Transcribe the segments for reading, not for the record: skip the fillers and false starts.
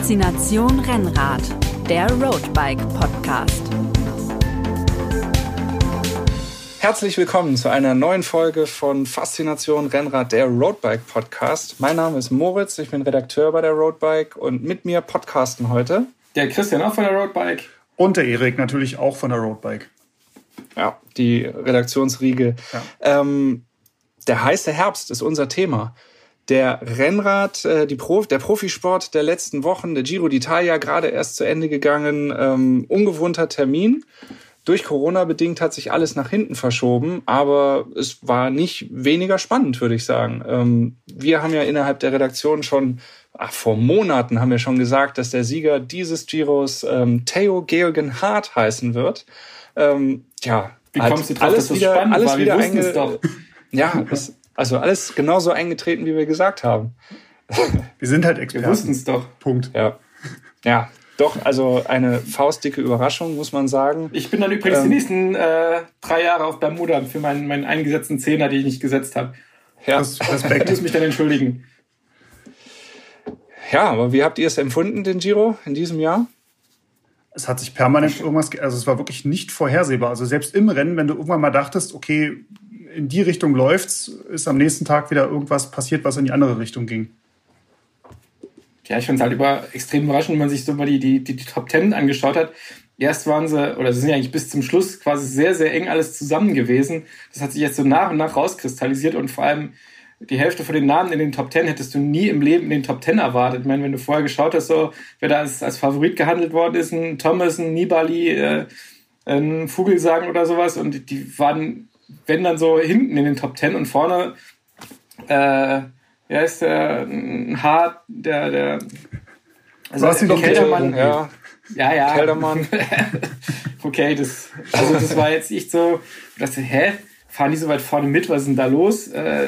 Faszination Rennrad, der Roadbike Podcast. Herzlich willkommen zu einer neuen Folge von Faszination Rennrad, der Roadbike Podcast. Mein Name ist Moritz, ich bin Redakteur bei der Roadbike und mit mir podcasten heute der Christian auch von der Roadbike. Und der Erik natürlich auch von der Roadbike. Ja, die Redaktionsriege. Ja. Der heiße Herbst ist unser Thema. Der Rennrad, der Profisport der letzten Wochen, der Giro d'Italia, gerade erst zu Ende gegangen. Ungewohnter Termin. Durch Corona bedingt hat sich alles nach hinten verschoben, aber es war nicht weniger spannend, würde ich sagen. Wir haben ja innerhalb der Redaktion schon, vor Monaten haben wir schon gesagt, dass der Sieger dieses Giros Theo Geoghegan Hart heißen wird. Wie kommst du drauf, dass das spannend war? Wir wussten es doch. Ja, also alles genauso eingetreten, wie wir gesagt haben. Wir sind halt Experten. Wir wussten es doch. Punkt. Ja, doch, also eine faustdicke Überraschung, muss man sagen. Ich bin dann übrigens die nächsten 3 Jahre auf Bermuda für meinen eingesetzten Zehner, den ich nicht gesetzt habe. Ja, Respekt. Ich muss mich dann entschuldigen. Ja, aber wie habt ihr es empfunden, den Giro in diesem Jahr? Es hat sich permanent also es war wirklich nicht vorhersehbar. Also selbst im Rennen, wenn du irgendwann mal dachtest, okay, in die Richtung läuft's, ist am nächsten Tag wieder irgendwas passiert, was in die andere Richtung ging. Ja, ich finde es halt extrem überraschend, wenn man sich so mal die Top 10 angeschaut hat. Erst waren sie sind ja eigentlich bis zum Schluss quasi sehr, sehr eng alles zusammen gewesen. Das hat sich jetzt so nach und nach rauskristallisiert und vor allem die Hälfte von den Namen in den Top 10 hättest du nie im Leben in den Top 10 erwartet. Ich meine, wenn du vorher geschaut hast, so, wer da als Favorit gehandelt worden ist, ein Thomas, ein Nibali, ein Vogelsang oder sowas, und die waren, wenn dann so hinten in den Top 10 und vorne, ist der Hart, also der Keldermann. Ja. Keldermann. Okay, das war jetzt echt so, ich dachte, fahren die so weit vorne mit, was ist denn da los?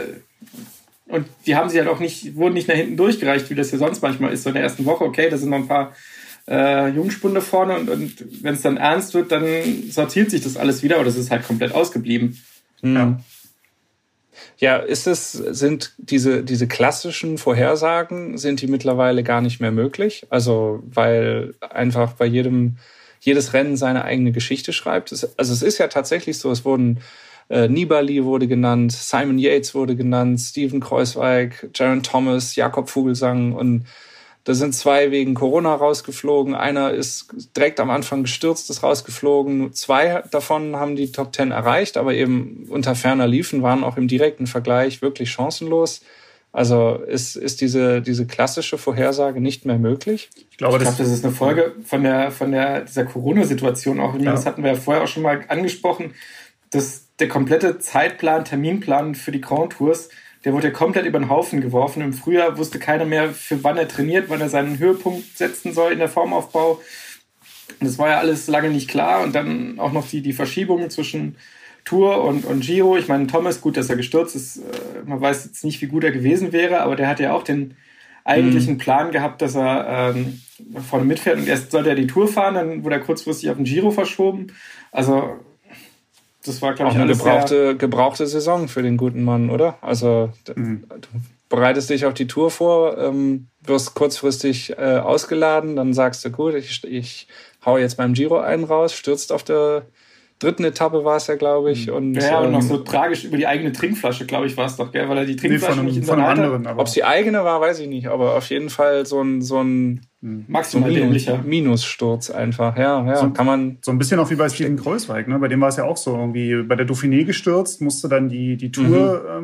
Und die haben sich halt auch wurden nicht nach hinten durchgereicht, wie das ja sonst manchmal ist, so in der ersten Woche. Okay, da sind noch ein paar Jungspunde vorne und wenn es dann ernst wird, dann sortiert sich das alles wieder, aber das ist halt komplett ausgeblieben. Mhm. Ja, sind diese klassischen Vorhersagen, sind die mittlerweile gar nicht mehr möglich? Also, weil einfach bei jedes Rennen seine eigene Geschichte schreibt. Es ist ja tatsächlich so, es wurden Nibali wurde genannt, Simon Yates wurde genannt, Steven Kruijswijk, Geraint Thomas, Jakob Vogelsang, und da sind 2 wegen Corona rausgeflogen. Einer ist direkt am Anfang gestürzt, ist rausgeflogen. 2 davon haben die Top 10 erreicht, aber eben unter ferner Liefen, waren auch im direkten Vergleich wirklich chancenlos. Also ist diese klassische Vorhersage nicht mehr möglich? Ich glaube, das ist eine Folge von dieser Corona-Situation auch. Ja. Das hatten wir ja vorher auch schon mal angesprochen, dass der komplette Terminplan für die Grand Tours, der wurde ja komplett über den Haufen geworfen. Im Frühjahr wusste keiner mehr, für wann er trainiert, wann er seinen Höhepunkt setzen soll in der Formaufbau. Und das war ja alles lange nicht klar. Und dann auch noch die Verschiebungen zwischen Tour und Giro. Ich meine, Thomas, gut, dass er gestürzt ist. Man weiß jetzt nicht, wie gut er gewesen wäre, aber der hat ja auch den eigentlichen Plan gehabt, dass er vorne mitfährt. Und erst sollte er die Tour fahren, dann wurde er kurzfristig auf den Giro verschoben. Also das war, glaube ich, auch eine gebrauchte Saison für den guten Mann, oder? Also du bereitest dich auf die Tour vor, wirst kurzfristig ausgeladen, dann sagst du, gut, ich hau jetzt beim Giro einen raus, stürzt auf der 3. Etappe war es ja, glaube ich. Und noch so tragisch über die eigene Trinkflasche, glaube ich, war es doch, gell? Weil er die Trinkflasche nicht in seiner Hand hat. Ob es die eigene war, weiß ich nicht, aber auf jeden Fall so ein maximal dämlicher Minussturz einfach. Ja, so, kann man. So ein bisschen auch wie bei Steven Kruijswijk, ne? Bei dem war es ja auch so, irgendwie bei der Dauphiné gestürzt, musste dann die Tour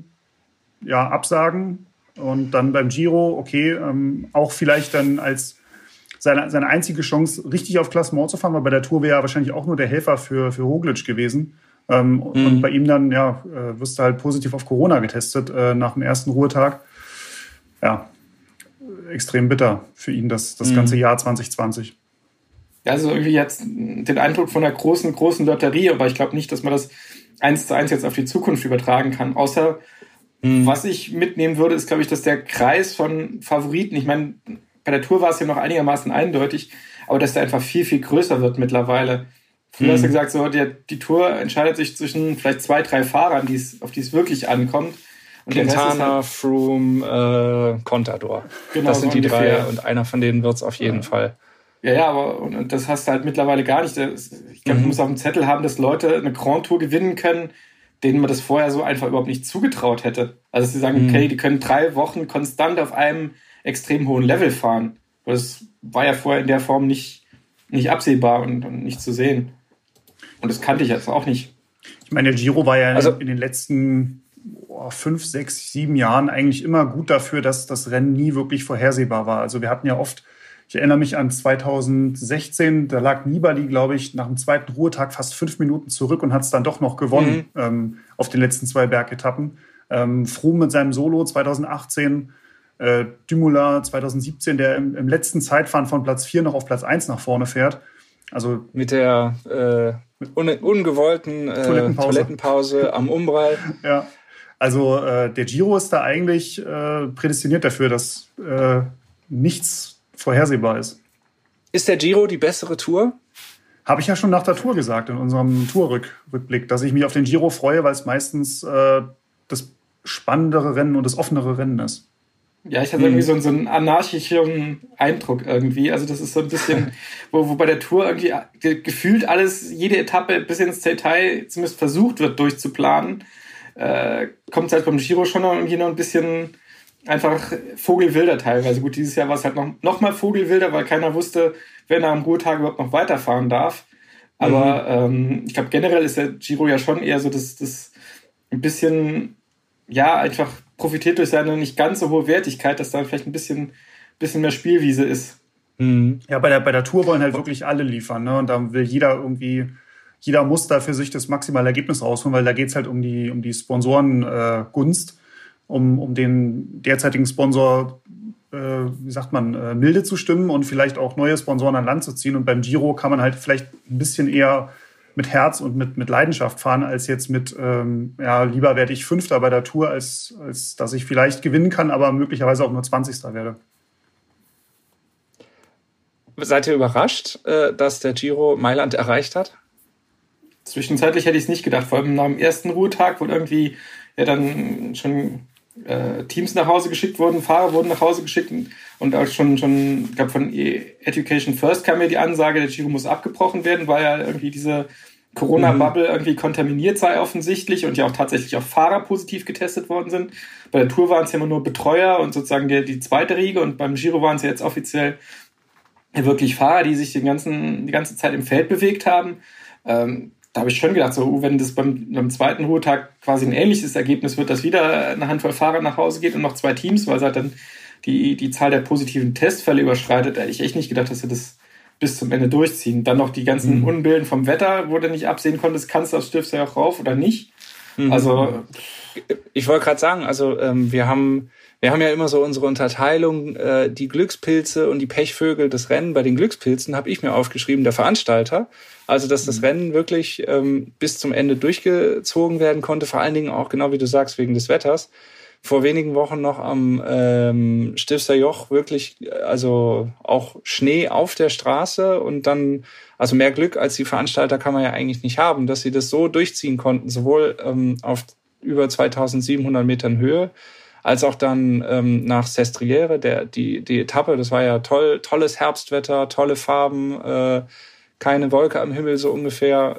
absagen und dann beim Giro, okay, auch vielleicht dann als seine einzige Chance, richtig auf Klassement zu fahren, weil bei der Tour wäre er wahrscheinlich auch nur der Helfer für Roglic gewesen. Und bei ihm dann, wirst du halt positiv auf Corona getestet nach dem ersten Ruhetag. Ja, extrem bitter für ihn, das ganze Jahr 2020. Ja, also irgendwie jetzt den Eindruck von einer großen Lotterie, aber ich glaube nicht, dass man das 1:1 jetzt auf die Zukunft übertragen kann. Außer, was ich mitnehmen würde, ist, glaube ich, dass der Kreis von Favoriten, ich meine, bei der Tour war es ja noch einigermaßen eindeutig, aber dass der einfach viel, viel größer wird mittlerweile. Früher hast du gesagt, so, die Tour entscheidet sich zwischen vielleicht 2, 3 Fahrern, auf die es wirklich ankommt. Quintana, halt Froome, Contador. Genau, das sind so die ungefähr. 3 und einer von denen wird es auf jeden Fall. Ja, aber und das hast du halt mittlerweile gar nicht. Ich glaube, du musst auf dem Zettel haben, dass Leute eine Grand Tour gewinnen können, denen man das vorher so einfach überhaupt nicht zugetraut hätte. Also, dass sie sagen, okay, die können 3 Wochen konstant auf einem extrem hohen Level fahren. Das war ja vorher in der Form nicht absehbar und nicht zu sehen. Und das kannte ich jetzt auch nicht. Ich meine, der Giro war ja in den letzten 5, 6, 7 Jahren eigentlich immer gut dafür, dass das Rennen nie wirklich vorhersehbar war. Also wir hatten ja oft, ich erinnere mich an 2016, da lag Nibali, glaube ich, nach dem zweiten Ruhetag fast 5 Minuten zurück und hat es dann doch noch gewonnen auf den letzten 2 Bergetappen. Froome mit seinem Solo 2018, Dumoulin 2017, der im letzten Zeitfahren von Platz 4 noch auf Platz 1 nach vorne fährt. Also mit der ungewollten Toilettenpause am Umbral. Ja, also der Giro ist da eigentlich prädestiniert dafür, dass nichts vorhersehbar ist. Ist der Giro die bessere Tour? Habe ich ja schon nach der Tour gesagt, in unserem Tourrückblick, dass ich mich auf den Giro freue, weil es meistens das spannendere Rennen und das offenere Rennen ist. Ja, ich hatte irgendwie so einen anarchischen Eindruck irgendwie. Also das ist so ein bisschen, wo bei der Tour irgendwie gefühlt alles, jede Etappe bis ins Detail zumindest versucht wird durchzuplanen. Kommt es halt beim Giro schon irgendwie noch ein bisschen einfach vogelwilder teilweise. Gut, dieses Jahr war es halt noch mal vogelwilder, weil keiner wusste, wer nach dem Ruhetag überhaupt noch weiterfahren darf. Aber ich glaube, generell ist der Giro ja schon eher so das ein bisschen, ja, einfach profitiert durch seine nicht ganz so hohe Wertigkeit, dass da vielleicht ein bisschen mehr Spielwiese ist. Ja, bei der Tour wollen halt wirklich alle liefern, ne? Und da will jeder muss da für sich das maximale Ergebnis rausholen, weil da geht es halt um die Sponsorengunst, um den derzeitigen Sponsor, milde zu stimmen und vielleicht auch neue Sponsoren an Land zu ziehen. Und beim Giro kann man halt vielleicht ein bisschen eher mit Herz und mit Leidenschaft fahren, als jetzt mit, lieber werde ich Fünfter bei der Tour, als dass ich vielleicht gewinnen kann, aber möglicherweise auch nur 20. werde. Seid ihr überrascht, dass der Giro Mailand erreicht hat? Zwischenzeitlich hätte ich es nicht gedacht, vor allem nach dem ersten Ruhetag, wo irgendwie ja dann schon Teams nach Hause geschickt wurden, Fahrer wurden nach Hause geschickt und auch schon ich glaube von Education First kam ja die Ansage, der Giro muss abgebrochen werden, weil ja irgendwie diese Corona-Bubble irgendwie kontaminiert sei offensichtlich und ja auch tatsächlich auch Fahrer positiv getestet worden sind. Bei der Tour waren es ja immer nur Betreuer und sozusagen die zweite Riege und beim Giro waren es ja jetzt offiziell wirklich Fahrer, die sich die ganze Zeit im Feld bewegt haben. Da habe ich schon gedacht, so, wenn das beim zweiten Ruhetag quasi ein ähnliches Ergebnis wird, dass wieder eine Handvoll Fahrer nach Hause geht und noch 2 Teams, weil es halt dann die Zahl der positiven Testfälle überschreitet, hätte ich echt nicht gedacht, dass sie das bis zum Ende durchziehen. Dann noch die ganzen Unbilden vom Wetter, wo du nicht absehen konntest, kannst du aufs Stifter auch rauf oder nicht. Also ich wollte gerade sagen, also wir haben ja immer so unsere Unterteilung, die Glückspilze und die Pechvögel des Rennen. Bei den Glückspilzen habe ich mir aufgeschrieben, der Veranstalter. Also, dass das Rennen wirklich bis zum Ende durchgezogen werden konnte, vor allen Dingen auch, genau wie du sagst, wegen des Wetters. Vor wenigen Wochen noch am Stifter Joch wirklich, also auch Schnee auf der Straße und dann, also mehr Glück als die Veranstalter kann man ja eigentlich nicht haben, dass sie das so durchziehen konnten, sowohl auf über 2700 Metern Höhe, als auch dann nach Sestriere, die Etappe, das war ja tolles Herbstwetter, tolle Farben, keine Wolke am Himmel so ungefähr.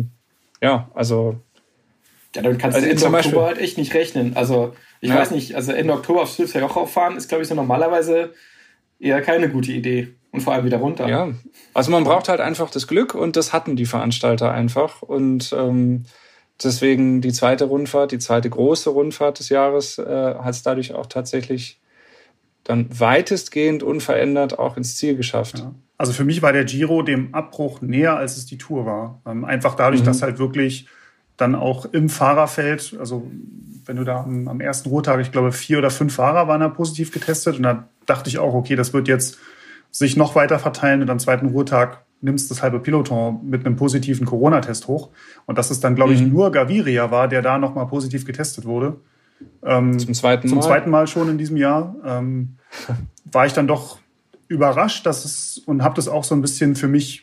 Ja, damit kannst du Ende Oktober halt echt nicht rechnen. Also ich weiß nicht, also Ende Oktober aufs Stifter Joch auffahren ist, glaube ich, so normalerweise eher keine gute Idee. Und vor allem wieder runter. Ja, also man braucht halt einfach das Glück und das hatten die Veranstalter einfach. Und deswegen die zweite große Rundfahrt des Jahres hat es dadurch auch tatsächlich dann weitestgehend unverändert auch ins Ziel geschafft. Ja. Also für mich war der Giro dem Abbruch näher, als es die Tour war. Einfach dadurch, dass halt wirklich dann auch im Fahrerfeld, also wenn du da am ersten Ruhetag, ich glaube 4 oder 5 Fahrer waren da positiv getestet und da dachte ich auch, okay, das wird jetzt sich noch weiter verteilen und am zweiten Ruhetag nimmst das halbe Peloton mit einem positiven Corona-Test hoch und dass es dann, glaube ich, nur Gaviria war, der da nochmal positiv getestet wurde. Zum zweiten Mal schon in diesem Jahr. War ich dann doch überrascht, und habe das auch so ein bisschen für mich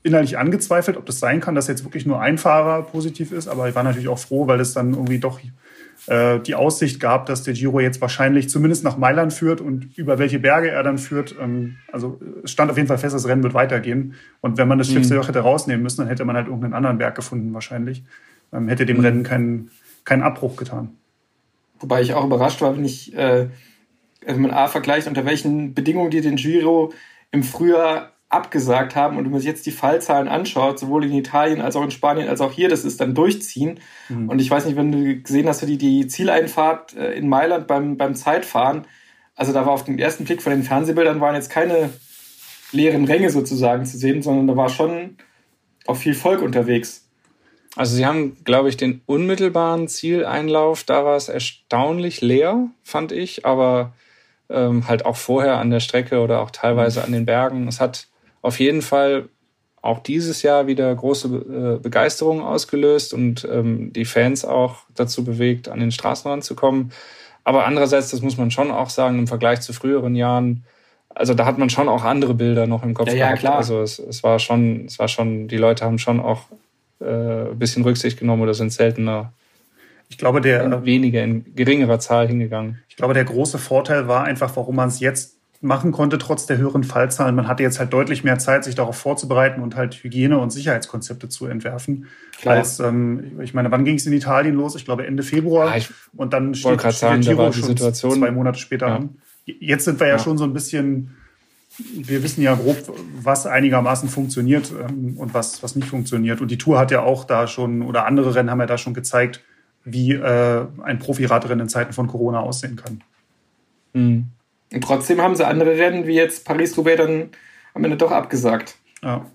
innerlich angezweifelt, ob das sein kann, dass jetzt wirklich nur ein Fahrer positiv ist. Aber ich war natürlich auch froh, weil es dann irgendwie doch die Aussicht gab, dass der Giro jetzt wahrscheinlich zumindest nach Mailand führt und über welche Berge er dann führt. Also es stand auf jeden Fall fest, das Rennen wird weitergehen. Und wenn man das Schiffsjoch hätte rausnehmen müssen, dann hätte man halt irgendeinen anderen Berg gefunden wahrscheinlich. Hätte dem Rennen keinen Abbruch getan. Wobei ich auch überrascht war, wenn man A vergleicht, unter welchen Bedingungen die den Giro im Frühjahr abgesagt haben und wenn man sich jetzt die Fallzahlen anschaut, sowohl in Italien als auch in Spanien als auch hier, das ist dann Durchziehen. Und ich weiß nicht, wenn du gesehen hast, die Zieleinfahrt in Mailand beim Zeitfahren, also da war auf den ersten Blick von den Fernsehbildern waren jetzt keine leeren Ränge sozusagen zu sehen, sondern da war schon auch viel Volk unterwegs. Also sie haben, glaube ich, den unmittelbaren Zieleinlauf, da war es erstaunlich leer, fand ich, aber halt auch vorher an der Strecke oder auch teilweise an den Bergen. Es hat auf jeden Fall auch dieses Jahr wieder große Begeisterung ausgelöst und die Fans auch dazu bewegt, an den Straßenrand zu kommen. Aber andererseits, das muss man schon auch sagen, im Vergleich zu früheren Jahren, also da hat man schon auch andere Bilder noch im Kopf gehabt. Ja, klar. Also es war schon, die Leute haben schon auch ein bisschen Rücksicht genommen oder sind seltener weniger in geringerer Zahl hingegangen. Ich glaube, der große Vorteil war einfach, warum man es jetzt machen konnte, trotz der höheren Fallzahlen. Man hatte jetzt halt deutlich mehr Zeit, sich darauf vorzubereiten und halt Hygiene- und Sicherheitskonzepte zu entwerfen. Klar. Als, ich meine, wann ging es in Italien los? Ich glaube Ende Februar. Und dann steht der Giro schon 2 Monate später an. Jetzt sind wir ja schon so ein bisschen, wir wissen ja grob, was einigermaßen funktioniert und was nicht funktioniert. Und die Tour hat ja auch da schon, oder andere Rennen haben ja da schon gezeigt, wie ein Profiradrennen in Zeiten von Corona aussehen kann. Mhm. Und trotzdem haben sie andere Rennen, wie jetzt Paris-Roubaix, dann am Ende doch abgesagt. Ja.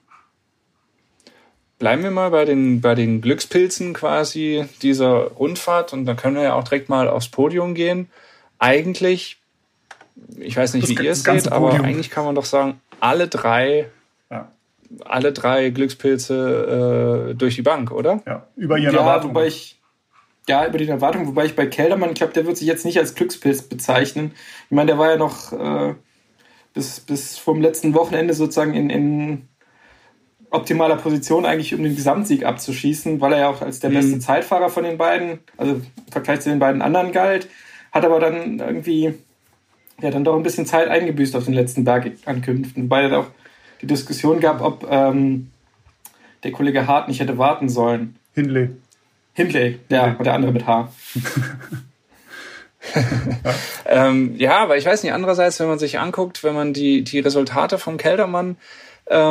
Bleiben wir mal bei den Glückspilzen quasi dieser Rundfahrt und dann können wir ja auch direkt mal aufs Podium gehen. Eigentlich, ich weiß nicht, wie ihr es seht, aber eigentlich kann man doch sagen, alle drei Glückspilze durch die Bank, oder? Ja, über ihren Erwartungen. Über die Erwartungen, wobei ich bei Kelderman, ich glaube, der wird sich jetzt nicht als Glückspilz bezeichnen. Ich meine, der war ja noch bis vom letzten Wochenende sozusagen in optimaler Position eigentlich, um den Gesamtsieg abzuschießen, weil er ja auch als der beste Zeitfahrer von den beiden, also im Vergleich zu den beiden anderen galt, hat aber dann irgendwie dann doch ein bisschen Zeit eingebüßt auf den letzten Bergankünften, wobei es auch die Diskussion gab, ob der Kollege Hart nicht hätte warten sollen. Hindley, ja, oder der andere mit H. Ja, aber ich weiß nicht, andererseits, wenn man sich anguckt, wenn man die Resultate von Kelderman, da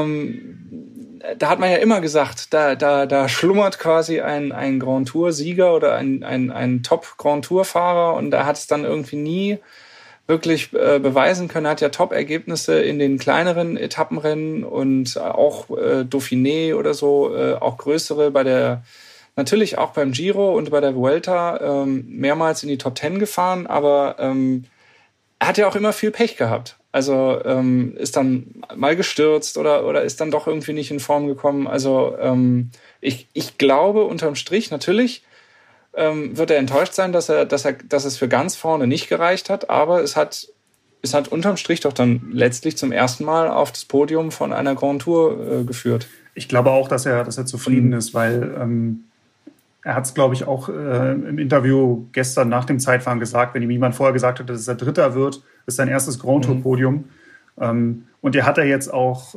hat man ja immer gesagt, da schlummert quasi ein Grand Tour-Sieger oder ein Top-Grand Tour-Fahrer und da hat es dann irgendwie nie wirklich beweisen können. Er hat ja Top-Ergebnisse in den kleineren Etappenrennen und auch Dauphiné oder so, auch größere natürlich auch beim Giro und bei der Vuelta mehrmals in die Top 10 gefahren, aber er hat ja auch immer viel Pech gehabt. Also ist dann mal gestürzt oder ist dann doch irgendwie nicht in Form gekommen. Also ich glaube, unterm Strich natürlich wird er enttäuscht sein, dass es für ganz vorne nicht gereicht hat, aber es hat unterm Strich doch dann letztlich zum ersten Mal auf das Podium von einer Grand Tour geführt. Ich glaube auch, dass er zufrieden ist, weil er hat es, glaube ich, auch im Interview gestern nach dem Zeitfahren gesagt, wenn ihm jemand vorher gesagt hat, dass er Dritter wird, ist sein erstes Grand Tour-Podium. Und er hat jetzt auch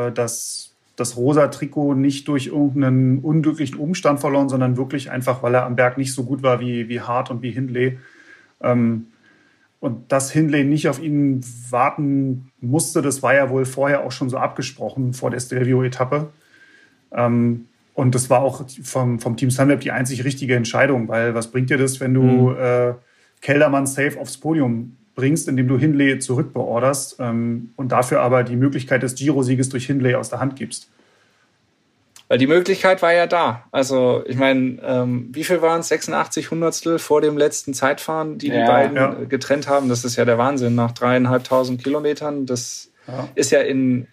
das rosa Trikot nicht durch irgendeinen unglücklichen Umstand verloren, sondern wirklich einfach, weil er am Berg nicht so gut war wie Hart und wie Hindley. Und dass Hindley nicht auf ihn warten musste, das war ja wohl vorher auch schon so abgesprochen vor der Stelvio-Etappe. Und das war auch vom Team Sunweb die einzig richtige Entscheidung, weil was bringt dir das, wenn du Kelderman safe aufs Podium bringst, indem du Hindley zurückbeorderst und dafür aber die Möglichkeit des Giro-Sieges durch Hindley aus der Hand gibst? Weil die Möglichkeit war ja da. Also ich meine, wie viel waren es? 86 Hundertstel vor dem letzten Zeitfahren, die beiden getrennt haben. Das ist ja der Wahnsinn nach 3.500 Kilometern. Das ist ja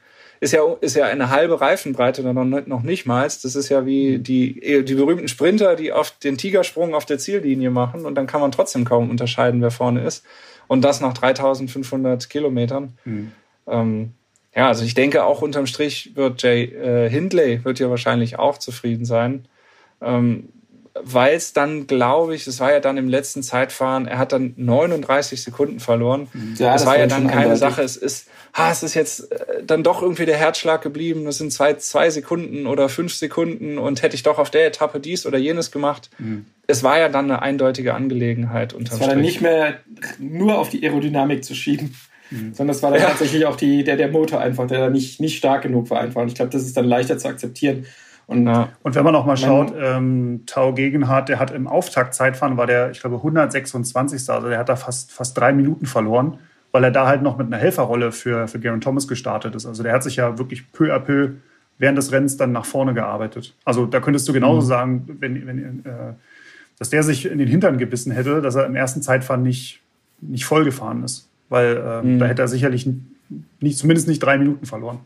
eine halbe Reifenbreite oder noch nicht mal. Das ist ja wie die berühmten Sprinter, die auf den Tigersprung auf der Ziellinie machen und dann kann man trotzdem kaum unterscheiden, wer vorne ist. Und das nach 3.500 Kilometern. Ja, also ich denke auch unterm Strich wird Jay Hindley wird ja wahrscheinlich auch zufrieden sein. Weil es dann, glaube ich, es war ja dann im letzten Zeitfahren, er hat dann 39 Sekunden verloren. Ja, das war ja dann keine Sache. Es ist jetzt dann doch irgendwie der Herzschlag geblieben. Es sind 2 Sekunden oder 5 Sekunden und hätte ich doch auf der Etappe dies oder jenes gemacht. Es war ja dann eine eindeutige Angelegenheit unterm Strich. Es war dann nicht mehr nur auf die Aerodynamik zu schieben, sondern es war dann tatsächlich auch der Motor einfach, der da nicht stark genug war einfach. Und ich glaube, das ist dann leichter zu akzeptieren. Und wenn man auch mal schaut, Tao Gegenhardt, der hat im Auftaktzeitfahren, war der, ich glaube, 126. Also der hat da fast 3 Minuten verloren, weil er da halt noch mit einer Helferrolle für Geraint Thomas gestartet ist. Also der hat sich ja wirklich peu à peu während des Rennens dann nach vorne gearbeitet. Also da könntest du genauso sagen, dass der sich in den Hintern gebissen hätte, dass er im ersten Zeitfahren nicht voll gefahren ist. Weil da hätte er sicherlich zumindest nicht 3 Minuten verloren.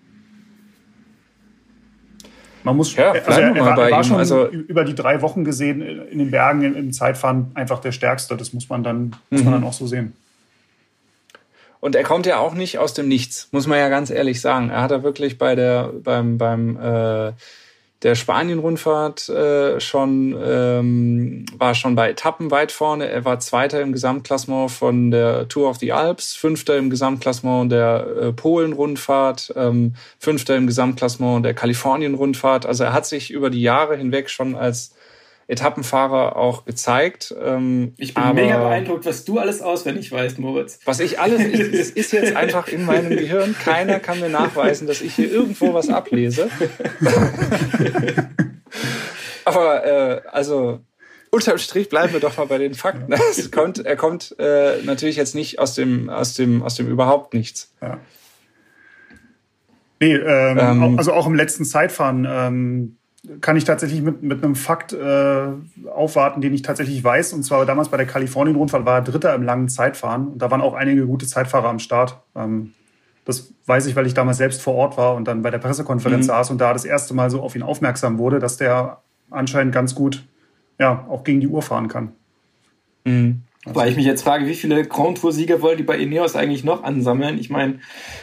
Man muss, er war schon über die 3 Wochen gesehen in den Bergen im Zeitfahren einfach der Stärkste. Das muss man dann auch so sehen. Und er kommt ja auch nicht aus dem Nichts, muss man ja ganz ehrlich sagen. Er hat ja wirklich bei der Spanien-Rundfahrt war schon bei Etappen weit vorne. Er war Zweiter im Gesamtklassement von der Tour of the Alps, 5. im Gesamtklassement der Polen-Rundfahrt, 5. im Gesamtklassement der Kalifornien-Rundfahrt. Also er hat sich über die Jahre hinweg schon als Etappenfahrer auch gezeigt. Ich bin mega beeindruckt, was du alles auswendig weißt, Moritz. Was ich alles, es ist jetzt einfach in meinem Gehirn. Keiner kann mir nachweisen, dass ich hier irgendwo was ablese. Aber also unterm Strich bleiben wir doch mal bei den Fakten. Er kommt natürlich jetzt nicht aus dem überhaupt nichts. Ja. Nee, also auch im letzten Zeitfahren kann ich tatsächlich mit einem Fakt aufwarten, den ich tatsächlich weiß. Und zwar damals bei der Kalifornien-Rundfahrt war er Dritter im langen Zeitfahren. Und da waren auch einige gute Zeitfahrer am Start. Das weiß ich, weil ich damals selbst vor Ort war und dann bei der Pressekonferenz saß und da das erste Mal so auf ihn aufmerksam wurde, dass der anscheinend ganz gut auch gegen die Uhr fahren kann. Weil ich mich jetzt frage, wie viele Grand Tour-Sieger wollen die bei Ineos eigentlich noch ansammeln? Ich meine...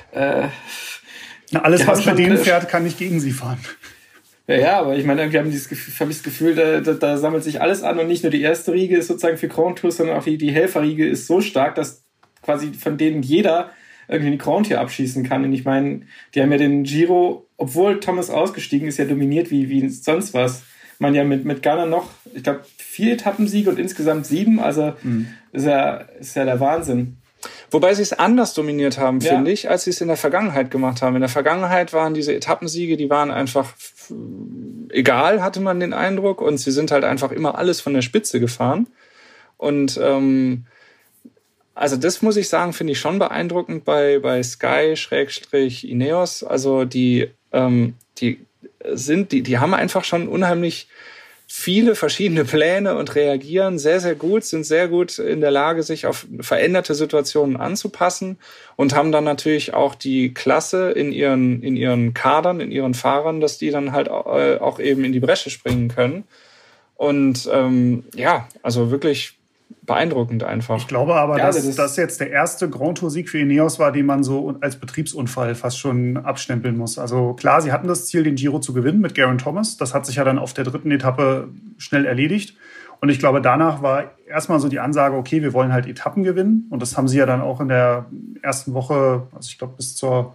alles, was bei denen fährt, kann nicht gegen sie fahren. Ja, aber ich meine, irgendwie habe ich das Gefühl, da sammelt sich alles an und nicht nur die erste Riege ist sozusagen für Grand Tours, sondern auch die Helferriege ist so stark, dass quasi von denen jeder irgendwie die Grand Tour abschießen kann. Und ich meine, die haben ja den Giro, obwohl Thomas ausgestiegen ist, ja dominiert wie sonst was. Man ja mit Ghana noch, ich glaube, 4 Etappensiege und insgesamt 7, also ist ja der Wahnsinn. Wobei sie es anders dominiert haben, finde ich, als sie es in der Vergangenheit gemacht haben. In der Vergangenheit waren diese Etappensiege, die waren einfach egal, hatte man den Eindruck. Und sie sind halt einfach immer alles von der Spitze gefahren. Und also das muss ich sagen, finde ich schon beeindruckend bei Sky/Ineos. Also die haben einfach schon unheimlich viele verschiedene Pläne und reagieren sehr, sehr gut, sind sehr gut in der Lage, sich auf veränderte Situationen anzupassen und haben dann natürlich auch die Klasse in ihren Kadern, in ihren Fahrern, dass die dann halt auch eben in die Bresche springen können. Und also wirklich beeindruckend einfach. Ich glaube aber, dass das jetzt der erste Grand Tour-Sieg für Ineos war, den man so als Betriebsunfall fast schon abstempeln muss. Also klar, sie hatten das Ziel, den Giro zu gewinnen mit Geraint Thomas. Das hat sich ja dann auf der 3. Etappe schnell erledigt. Und ich glaube, danach war erstmal so die Ansage, okay, wir wollen halt Etappen gewinnen. Und das haben sie ja dann auch in der ersten Woche, also ich glaube bis zur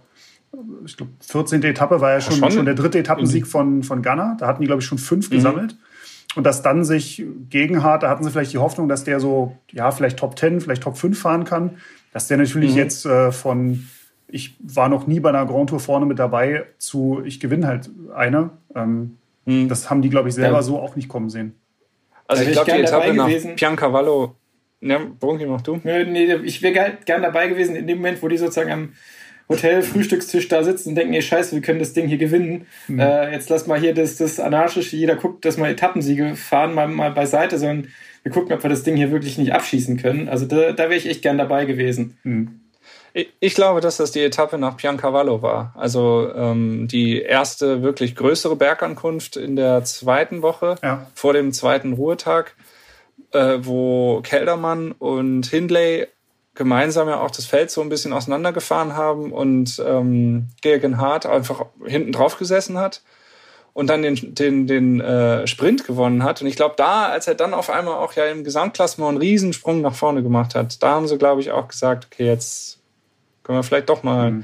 14. Etappe war ja schon der 3. Etappensieg von Ghana. Da hatten die, glaube ich, schon 5 gesammelt. Und dass dann sich Gegenhardt, da hatten sie vielleicht die Hoffnung, dass der so, vielleicht Top 10, vielleicht Top 5 fahren kann. Dass der natürlich jetzt ich war noch nie bei einer Grand Tour vorne mit dabei, zu ich gewinne halt eine. Das haben die, glaube ich, selber so auch nicht kommen sehen. Also ich glaube, die Etappe nach Piancavallo... Ja, Brunki, mach du? Nee, ich wäre gern dabei gewesen in dem Moment, wo die sozusagen am Hotel-Frühstückstisch da sitzen und denken, ey, scheiße, wir können das Ding hier gewinnen. Jetzt lass mal hier das Anarchische, jeder guckt, dass wir Etappensiege fahren, mal beiseite, sondern wir gucken, ob wir das Ding hier wirklich nicht abschießen können. Also da wäre ich echt gern dabei gewesen. Ich glaube, dass das die Etappe nach Piancavallo war. Also die erste wirklich größere Bergankunft in der 2. Woche, vor dem 2. Ruhetag, wo Kelderman und Hindley gemeinsam ja auch das Feld so ein bisschen auseinandergefahren haben und Geoghegan einfach hinten drauf gesessen hat und dann den Sprint gewonnen hat. Und ich glaube, als er dann auf einmal auch ja im Gesamtklassement einen Riesensprung nach vorne gemacht hat, da haben sie, glaube ich, auch gesagt, okay, jetzt können wir vielleicht doch mal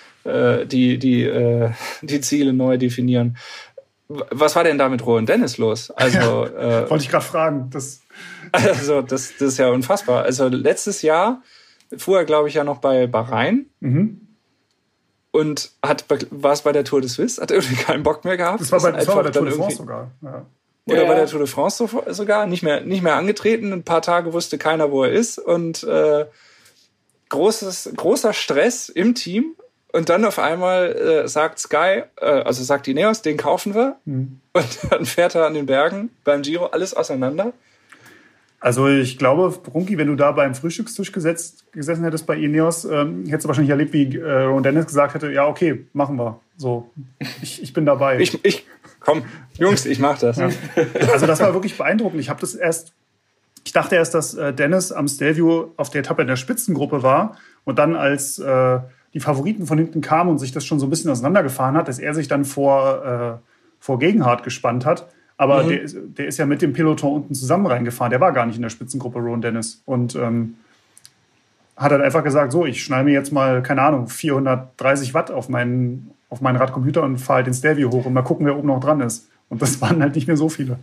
die Ziele neu definieren. Was war denn da mit Rohan Dennis los? Also wollte ich gerade fragen. Das ist ja unfassbar. Also letztes Jahr fuhr er, glaube ich, ja noch bei Bahrain und war es bei der Tour de Suisse, hat irgendwie keinen Bock mehr gehabt. Das war bei der Tour de France sogar. Ja. Oder bei der Tour de France sogar, nicht mehr angetreten. Ein paar Tage wusste keiner, wo er ist und großer Stress im Team. Und dann auf einmal sagt Sky, also sagt Ineos, den kaufen wir. Und dann fährt er an den Bergen beim Giro alles auseinander. Also ich glaube, Brunki, wenn du da beim Frühstückstisch gesessen hättest bei Ineos, hättest du wahrscheinlich erlebt, wie Rohan Dennis gesagt hätte, ja okay, machen wir. So, ich bin dabei. Komm, Jungs, ich mach das. Ja. Also das war wirklich beeindruckend. Ich dachte erst, dass Dennis am Stelvio auf der Etappe in der Spitzengruppe war und dann als die Favoriten von hinten kamen und sich das schon so ein bisschen auseinandergefahren hat, dass er sich dann vor Gegenhardt gespannt hat. Aber der ist ja mit dem Peloton unten zusammen reingefahren. Der war gar nicht in der Spitzengruppe, Rohan Dennis. Und hat halt einfach gesagt, so, ich schneide mir jetzt mal, keine Ahnung, 430 Watt auf meinen Radcomputer und fahre halt den Stelvio hoch und mal gucken, wer oben noch dran ist. Und das waren halt nicht mehr so viele.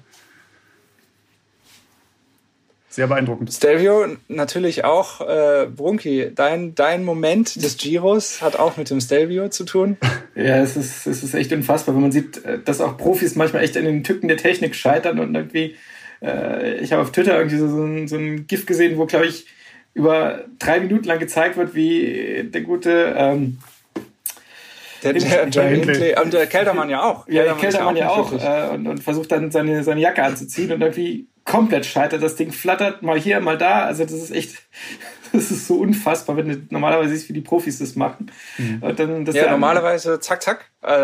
Sehr beeindruckend. Stelvio natürlich auch. Brunki, dein Moment des Giros hat auch mit dem Stelvio zu tun. Ja, es ist echt unfassbar, wenn man sieht, dass auch Profis manchmal echt an den Tücken der Technik scheitern und irgendwie, ich habe auf Twitter irgendwie so ein GIF gesehen, wo, glaube ich, über 3 Minuten lang gezeigt wird, wie der gute der Hindley und der Keltermann ja auch. Ja, Keltermann ja auch und versucht dann seine Jacke anzuziehen und irgendwie komplett scheitert. Das Ding flattert mal hier, mal da. Also das ist so unfassbar, wenn du normalerweise siehst, wie die Profis das machen. Und dann, normalerweise zack, zack.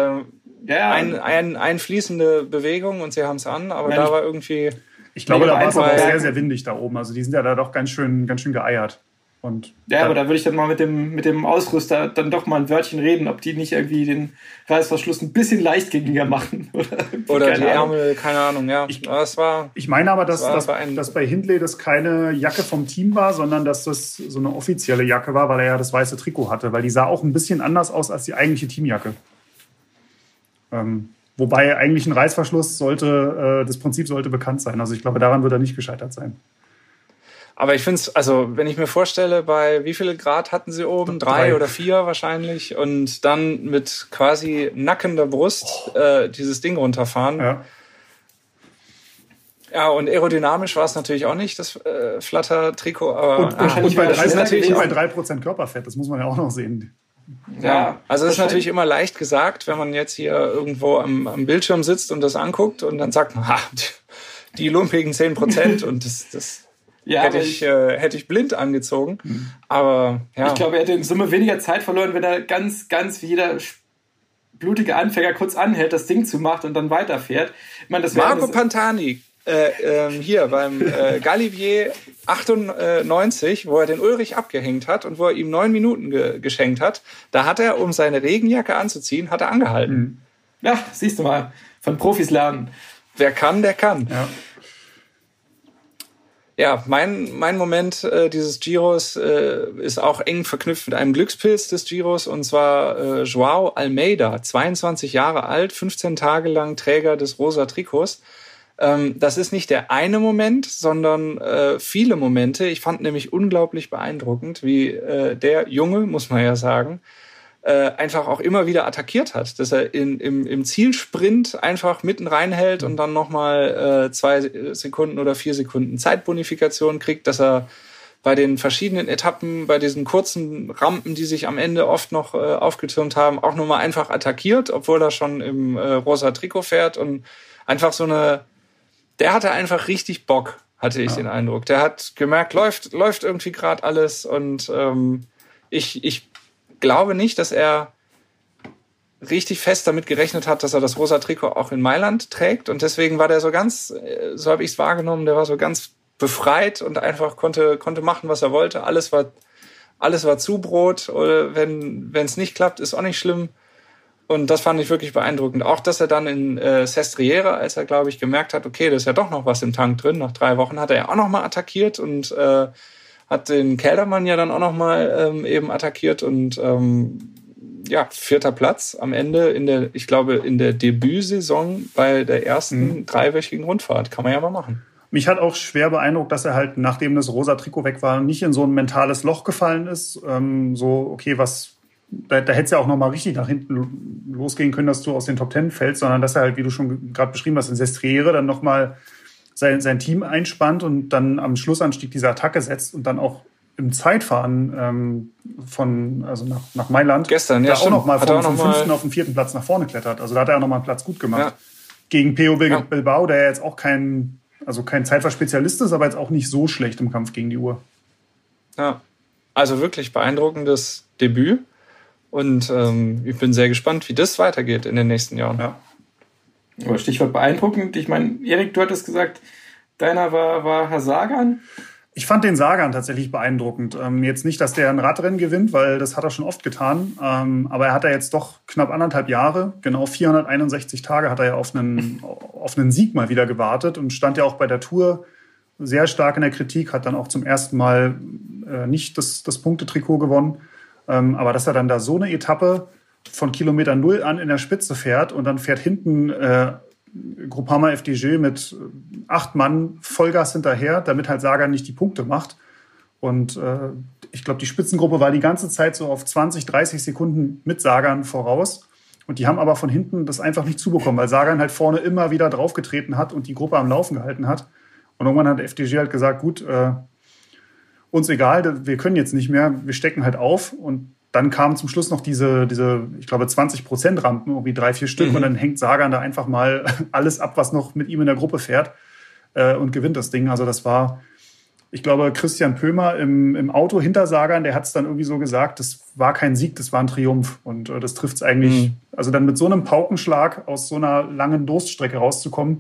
Einfließende Bewegung und sie haben es an, aber da war irgendwie... Ich glaube, da war es auch sehr, sehr windig da oben. Also die sind ja da doch ganz schön geeiert. Aber da würde ich dann mal mit dem Ausrüster dann doch mal ein Wörtchen reden, ob die nicht irgendwie den Reißverschluss ein bisschen leichtgängiger machen. Oder die Ärmel, keine Ahnung, ja. Ich meine aber, dass bei Hindley das keine Jacke vom Team war, sondern dass das so eine offizielle Jacke war, weil er ja das weiße Trikot hatte. Weil die sah auch ein bisschen anders aus als die eigentliche Teamjacke. Wobei eigentlich ein Reißverschluss das Prinzip sollte bekannt sein. Also ich glaube, daran wird er nicht gescheitert sein. Aber ich finde es, also wenn ich mir vorstelle, bei wie viele Grad hatten sie oben? 3 oder 4 wahrscheinlich. Und dann mit quasi nackender Brust dieses Ding runterfahren. Ja. Ja, und aerodynamisch war es natürlich auch nicht, das Flutter-Trikot. Aber und bei 3% Körperfett, das muss man ja auch noch sehen. Ja, also es ist natürlich immer leicht gesagt, wenn man jetzt hier irgendwo am Bildschirm sitzt und das anguckt und dann sagt man, die lumpigen 10% und das hätte ich blind angezogen. Aber ja. Ich glaube, er hätte in Summe weniger Zeit verloren, wenn er ganz, ganz wie jeder blutige Anfänger kurz anhält, das Ding zumacht und dann weiterfährt. Ich meine, Marco Pantani, hier beim Galibier 98, wo er den Ulrich abgehängt hat und wo er ihm 9 Minuten geschenkt hat, da hat er, um seine Regenjacke anzuziehen, hat er angehalten. Ja, siehst du mal, von Profis lernen. Wer kann, der kann. Ja. Ja, mein Moment dieses Giros ist auch eng verknüpft mit einem Glückspilz des Giros, und zwar João Almeida, 22 Jahre alt, 15 Tage lang Träger des rosa Trikots. Das ist nicht der eine Moment, sondern viele Momente. Ich fand nämlich unglaublich beeindruckend, wie der Junge, muss man ja sagen, einfach auch immer wieder attackiert hat, dass er im Zielsprint einfach mitten reinhält und dann nochmal 2 Sekunden oder 4 Sekunden Zeitbonifikation kriegt, dass er bei den verschiedenen Etappen, bei diesen kurzen Rampen, die sich am Ende oft noch aufgetürmt haben, auch nochmal einfach attackiert, obwohl er schon im rosa Trikot fährt, und einfach der hatte einfach richtig Bock, hatte ich den Eindruck. Der hat gemerkt, läuft irgendwie gerade alles, und ich glaube nicht, dass er richtig fest damit gerechnet hat, dass er das rosa Trikot auch in Mailand trägt, und deswegen war der so ganz, so habe ich es wahrgenommen, der war so ganz befreit und einfach konnte machen, was er wollte. Alles war alles war Zubrot. Oder wenn es nicht klappt, ist auch nicht schlimm. Und das fand ich wirklich beeindruckend. Auch, dass er dann in Sestriere, als er, glaube ich, gemerkt hat, okay, da ist ja doch noch was im Tank drin. Nach 3 Wochen hat er ja auch noch mal attackiert und hat den Kelderman ja dann auch noch mal eben attackiert. Und 4. Platz am Ende in der Debütsaison bei der ersten 3-wöchigen Rundfahrt. Kann man ja mal machen. Mich hat auch schwer beeindruckt, dass er halt, nachdem das rosa Trikot weg war, nicht in so ein mentales Loch gefallen ist. Da hätte es ja auch noch mal richtig nach hinten losgehen können, dass du aus den Top 10 fällst, sondern dass er halt, wie du schon gerade beschrieben hast, in Sestriere dann noch mal sein Team einspannt und dann am Schlussanstieg diese Attacke setzt und dann auch im Zeitfahren nach Mailand gestern, da auch noch mal vom 5. auf den 4. Platz nach vorne klettert. Also da hat er auch noch mal einen Platz gut gemacht. Ja. Gegen Peo Bilbao, der jetzt auch kein Zeitfahrspezialist ist, aber jetzt auch nicht so schlecht im Kampf gegen die Uhr. Ja, also wirklich beeindruckendes Debüt. Und ich bin sehr gespannt, wie das weitergeht in den nächsten Jahren. Ja. Aber Stichwort beeindruckend. Ich meine, Erik, du hattest gesagt, deiner war Herr Sagan. Ich fand den Sagan tatsächlich beeindruckend. Jetzt nicht, dass der ein Radrennen gewinnt, weil das hat er schon oft getan. Aber er hat ja jetzt doch knapp 1,5 Jahre, genau 461 Tage hat er ja auf einen Sieg mal wieder gewartet und stand ja auch bei der Tour sehr stark in der Kritik, hat dann auch zum ersten Mal nicht das Punktetrikot gewonnen. Aber dass er dann da so eine Etappe von Kilometer 0 an in der Spitze fährt und dann fährt hinten Groupama FDJ mit 8 Mann Vollgas hinterher, damit halt Sagan nicht die Punkte macht. Und ich glaube, die Spitzengruppe war die ganze Zeit so auf 20, 30 Sekunden mit Sagan voraus. Und die haben aber von hinten das einfach nicht zubekommen, weil Sagan halt vorne immer wieder draufgetreten hat und die Gruppe am Laufen gehalten hat. Und irgendwann hat FDJ halt gesagt, gut, uns egal, wir können jetzt nicht mehr, wir stecken halt auf. Und dann kamen zum Schluss noch diese ich glaube, 20% Rampen, irgendwie 3-4 Stück. Und dann hängt Sagan da einfach mal alles ab, was noch mit ihm in der Gruppe fährt und gewinnt das Ding. Also das war, ich glaube, Christian Pömer im Auto hinter Sagan, der hat es dann irgendwie so gesagt, das war kein Sieg, das war ein Triumph. Und das trifft es eigentlich, also dann mit so einem Paukenschlag aus so einer langen Durststrecke rauszukommen,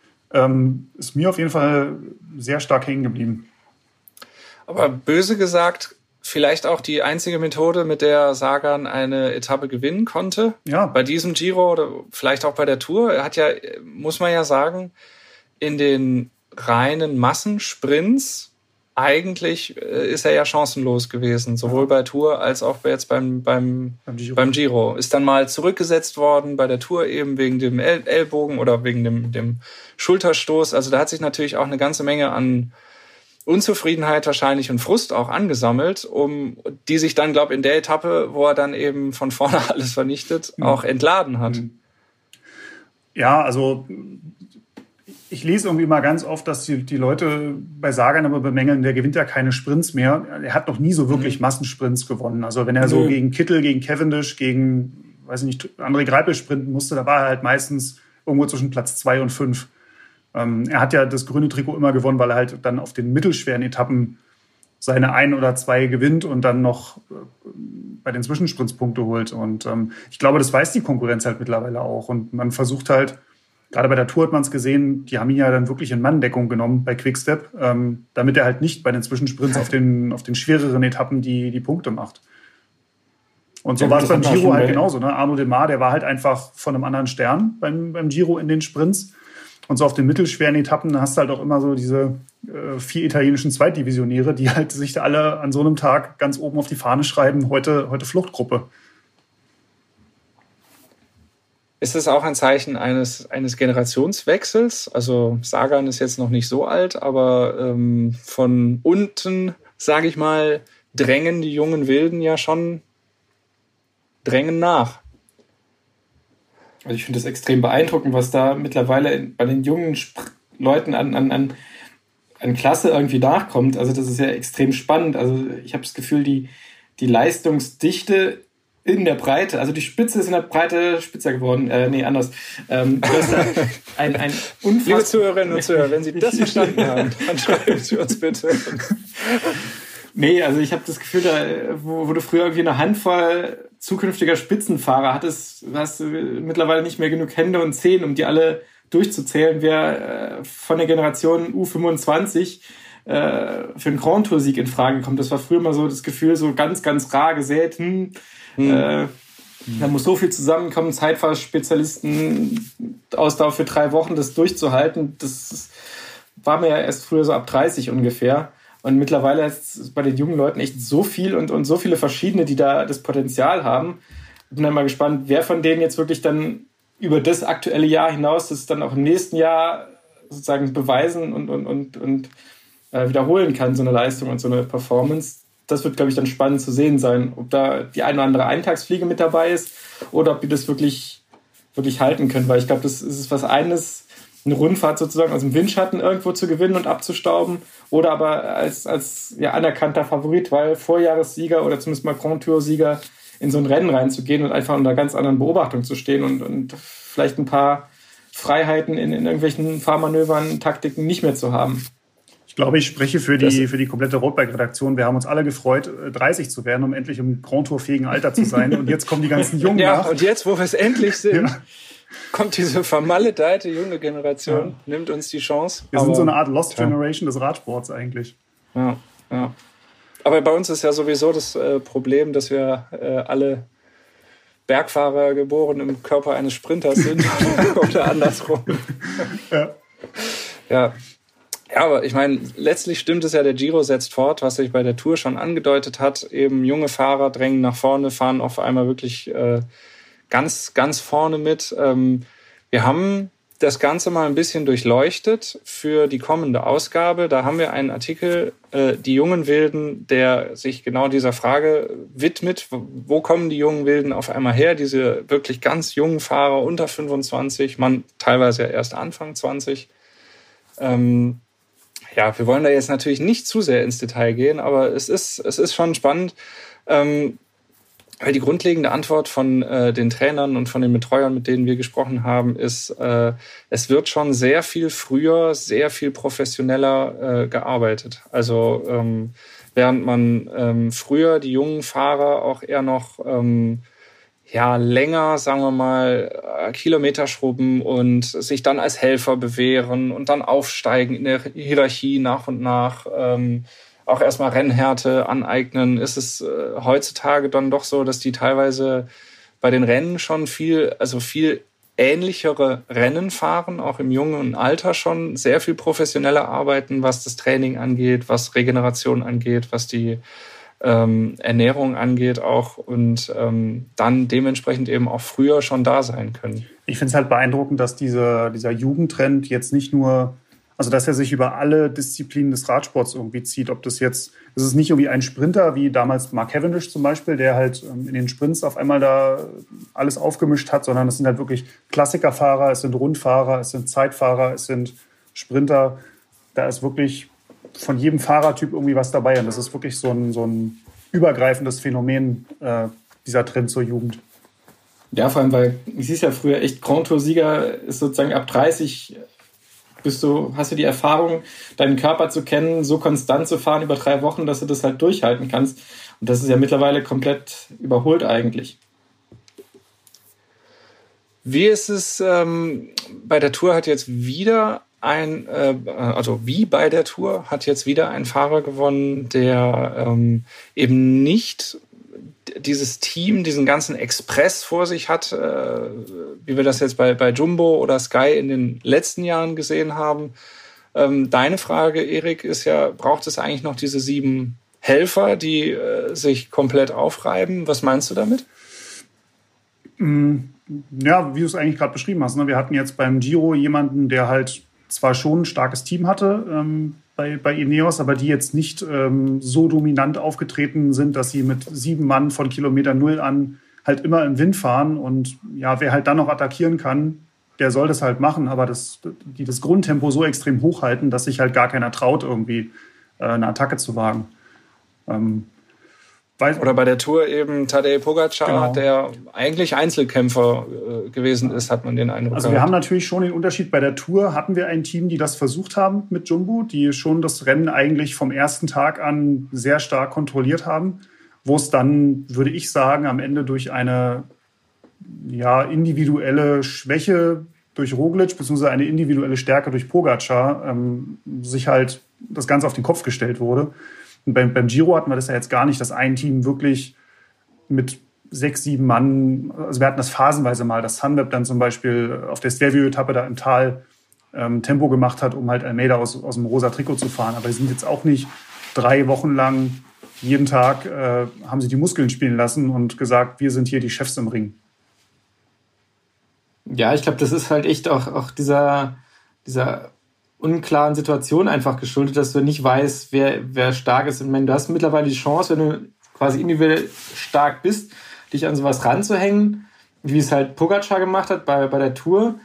ist mir auf jeden Fall sehr stark hängen geblieben. Aber böse gesagt, vielleicht auch die einzige Methode, mit der Sagan eine Etappe gewinnen konnte. Ja. Bei diesem Giro oder vielleicht auch bei der Tour. Er hat ja, muss man ja sagen, in den reinen Massensprints eigentlich ist er ja chancenlos gewesen. Sowohl bei Tour als auch jetzt beim Giro. Ist dann mal zurückgesetzt worden bei der Tour eben wegen dem Ellbogen oder wegen dem Schulterstoß. Also da hat sich natürlich auch eine ganze Menge an Unzufriedenheit wahrscheinlich und Frust auch angesammelt, die sich dann, glaube ich, in der Etappe, wo er dann eben von vorne alles vernichtet, auch entladen hat. Ja, also ich lese irgendwie mal ganz oft, dass die Leute bei Sagan aber bemängeln, der gewinnt ja keine Sprints mehr. Er hat noch nie so wirklich Massensprints gewonnen. Also wenn er so gegen Kittel, gegen Cavendish, gegen, weiß ich nicht, André Greipel sprinten musste, da war er halt meistens irgendwo zwischen Platz 2 und 5. Er hat ja das grüne Trikot immer gewonnen, weil er halt dann auf den mittelschweren Etappen seine 1 oder 2 gewinnt und dann noch bei den Zwischensprints Punkte holt. Und ich glaube, das weiß die Konkurrenz halt mittlerweile auch. Und man versucht halt, gerade bei der Tour hat man es gesehen, die haben ihn ja dann wirklich in Manndeckung genommen bei Quickstep, damit er halt nicht bei den Zwischensprints auf den schwereren Etappen die Punkte macht. Und so war es beim Giro halt genauso. Ne? Arnaud Démare, der war halt einfach von einem anderen Stern beim Giro in den Sprints. Und so auf den mittelschweren Etappen hast du halt auch immer so diese 4 italienischen Zweitdivisionäre, die halt sich da alle an so einem Tag ganz oben auf die Fahne schreiben, heute Fluchtgruppe. Ist es auch ein Zeichen eines Generationswechsels? Also Sagan ist jetzt noch nicht so alt, aber von unten, sage ich mal, drängen die jungen Wilden ja schon nach. Also ich finde das extrem beeindruckend, was da mittlerweile bei den jungen Leuten an Klasse irgendwie nachkommt. Also das ist ja extrem spannend. Also ich habe das Gefühl, die Leistungsdichte in der Breite, also die Spitze ist in der Breite spitzer geworden. Anders. Du hast da ein Liebe Zuhörerinnen und Zuhörer, wenn Sie das verstanden haben, dann schreiben Sie uns bitte. Nee, also ich habe das Gefühl, da, wo du früher irgendwie eine Handvoll zukünftiger Spitzenfahrer hattest, hast du mittlerweile nicht mehr genug Hände und Zehen, um die alle durchzuzählen, wer von der Generation U25 für einen Grand Tour-Sieg in Frage kommt. Das war früher mal so das Gefühl, so ganz, ganz rar gesät. Da muss so viel zusammenkommen, Zeitfahrspezialisten, Ausdauer für 3 Wochen, das durchzuhalten. Das war mir ja erst früher so ab 30 ungefähr. Und mittlerweile ist bei den jungen Leuten echt so viel und so viele verschiedene, die da das Potenzial haben. Ich bin dann mal gespannt, wer von denen jetzt wirklich dann über das aktuelle Jahr hinaus das dann auch im nächsten Jahr sozusagen beweisen und wiederholen kann, so eine Leistung und so eine Performance. Das wird, glaube ich, dann spannend zu sehen sein, ob da die eine oder andere Eintagsfliege mit dabei ist oder ob die das wirklich halten können. Weil ich glaube, das ist was eines, eine Rundfahrt sozusagen aus dem Windschatten irgendwo zu gewinnen und abzustauben oder aber als anerkannter Favorit, weil Vorjahressieger oder zumindest mal Grand Tour-Sieger in so ein Rennen reinzugehen und einfach unter ganz anderen Beobachtung zu stehen und vielleicht ein paar Freiheiten in irgendwelchen Fahrmanövern, Taktiken nicht mehr zu haben. Ich glaube, ich spreche für die komplette Roadbike-Redaktion. Wir haben uns alle gefreut, 30 zu werden, um endlich im Grand Tour-fähigen Alter zu sein. Und jetzt kommen die ganzen Jungen nach. Und jetzt, wo wir es endlich sind, kommt diese vermaledeite junge Generation, nimmt uns die Chance. Wir sind so eine Art Lost Generation des Radsports eigentlich. Ja. Aber bei uns ist ja sowieso das Problem, dass wir alle Bergfahrer geboren im Körper eines Sprinters sind oder andersrum. Ja, aber ich meine, letztlich stimmt es ja, der Giro setzt fort, was sich bei der Tour schon angedeutet hat. Eben junge Fahrer drängen nach vorne, fahren auf einmal wirklich ganz, ganz vorne mit. Wir haben das Ganze mal ein bisschen durchleuchtet für die kommende Ausgabe. Da haben wir einen Artikel, die jungen Wilden, der sich genau dieser Frage widmet. Wo kommen die jungen Wilden auf einmal her? Diese wirklich ganz jungen Fahrer unter 25, man teilweise ja erst Anfang 20. Wir wollen da jetzt natürlich nicht zu sehr ins Detail gehen, aber es ist schon spannend, weil die grundlegende Antwort von den Trainern und von den Betreuern, mit denen wir gesprochen haben, ist, es wird schon sehr viel früher, sehr viel professioneller gearbeitet. Also während man früher die jungen Fahrer auch eher noch länger, sagen wir mal, Kilometer schrubben und sich dann als Helfer bewähren und dann aufsteigen in der Hierarchie nach und nach, auch erstmal Rennhärte aneignen, ist es heutzutage dann doch so, dass die teilweise bei den Rennen schon viel ähnlichere Rennen fahren, auch im jungen Alter schon sehr viel professioneller arbeiten, was das Training angeht, was Regeneration angeht, was die Ernährung angeht auch und dann dementsprechend eben auch früher schon da sein können. Ich finde es halt beeindruckend, dass dieser Jugendtrend jetzt nicht nur, also dass er sich über alle Disziplinen des Radsports irgendwie zieht. Ob das ist nicht irgendwie ein Sprinter wie damals Mark Cavendish zum Beispiel, der halt in den Sprints auf einmal da alles aufgemischt hat, sondern es sind halt wirklich Klassikerfahrer, es sind Rundfahrer, es sind Zeitfahrer, es sind Sprinter. Da ist wirklich von jedem Fahrertyp irgendwie was dabei. Und das ist wirklich so ein übergreifendes Phänomen, dieser Trend zur Jugend. Ja, vor allem, weil ich sehe es ja früher echt, Grand Tour-Sieger ist sozusagen ab 30 hast du die Erfahrung, deinen Körper zu kennen, so konstant zu fahren über 3 Wochen, dass du das halt durchhalten kannst. Und das ist ja mittlerweile komplett überholt eigentlich. Wie ist es bei der Tour hat jetzt wieder ein Fahrer gewonnen, der eben nicht dieses Team, diesen ganzen Express vor sich hat, wie wir das jetzt bei Jumbo oder Sky in den letzten Jahren gesehen haben. Deine Frage, Erik, ist ja, braucht es eigentlich noch diese 7 Helfer, die sich komplett aufreiben? Was meinst du damit? Ja, wie du es eigentlich gerade beschrieben hast. Ne? Wir hatten jetzt beim Giro jemanden, der halt zwar schon ein starkes Team hatte bei Ineos, aber die jetzt nicht so dominant aufgetreten sind, dass sie mit 7 Mann von Kilometer 0 an halt immer im Wind fahren. Und ja, wer halt dann noch attackieren kann, der soll das halt machen, aber das Grundtempo so extrem hochhalten, dass sich halt gar keiner traut, irgendwie eine Attacke zu wagen. Oder bei der Tour eben Tadej Pogačar, genau, der eigentlich Einzelkämpfer gewesen ist, hat man den Eindruck. Also wir haben natürlich schon den Unterschied. Bei der Tour hatten wir ein Team, die das versucht haben mit Jumbo, die schon das Rennen eigentlich vom ersten Tag an sehr stark kontrolliert haben, wo es dann, würde ich sagen, am Ende durch eine individuelle Schwäche durch Roglič beziehungsweise eine individuelle Stärke durch Pogačar sich halt das Ganze auf den Kopf gestellt wurde. Und beim Giro hatten wir das ja jetzt gar nicht, dass ein Team wirklich mit 6, 7 Mann, also wir hatten das phasenweise mal, dass Sunweb dann zum Beispiel auf der Stelvio-Etappe da im Tal Tempo gemacht hat, um halt Almeida aus dem rosa Trikot zu fahren. Aber die sind jetzt auch nicht 3 Wochen lang jeden Tag haben sie die Muskeln spielen lassen und gesagt, wir sind hier die Chefs im Ring. Ja, ich glaube, das ist halt echt auch dieser unklaren Situation einfach geschuldet, dass du nicht weißt, wer stark ist. Ich meine, du hast mittlerweile die Chance, wenn du quasi individuell stark bist, dich an sowas ranzuhängen, wie es halt Pogačar gemacht hat bei der Tour.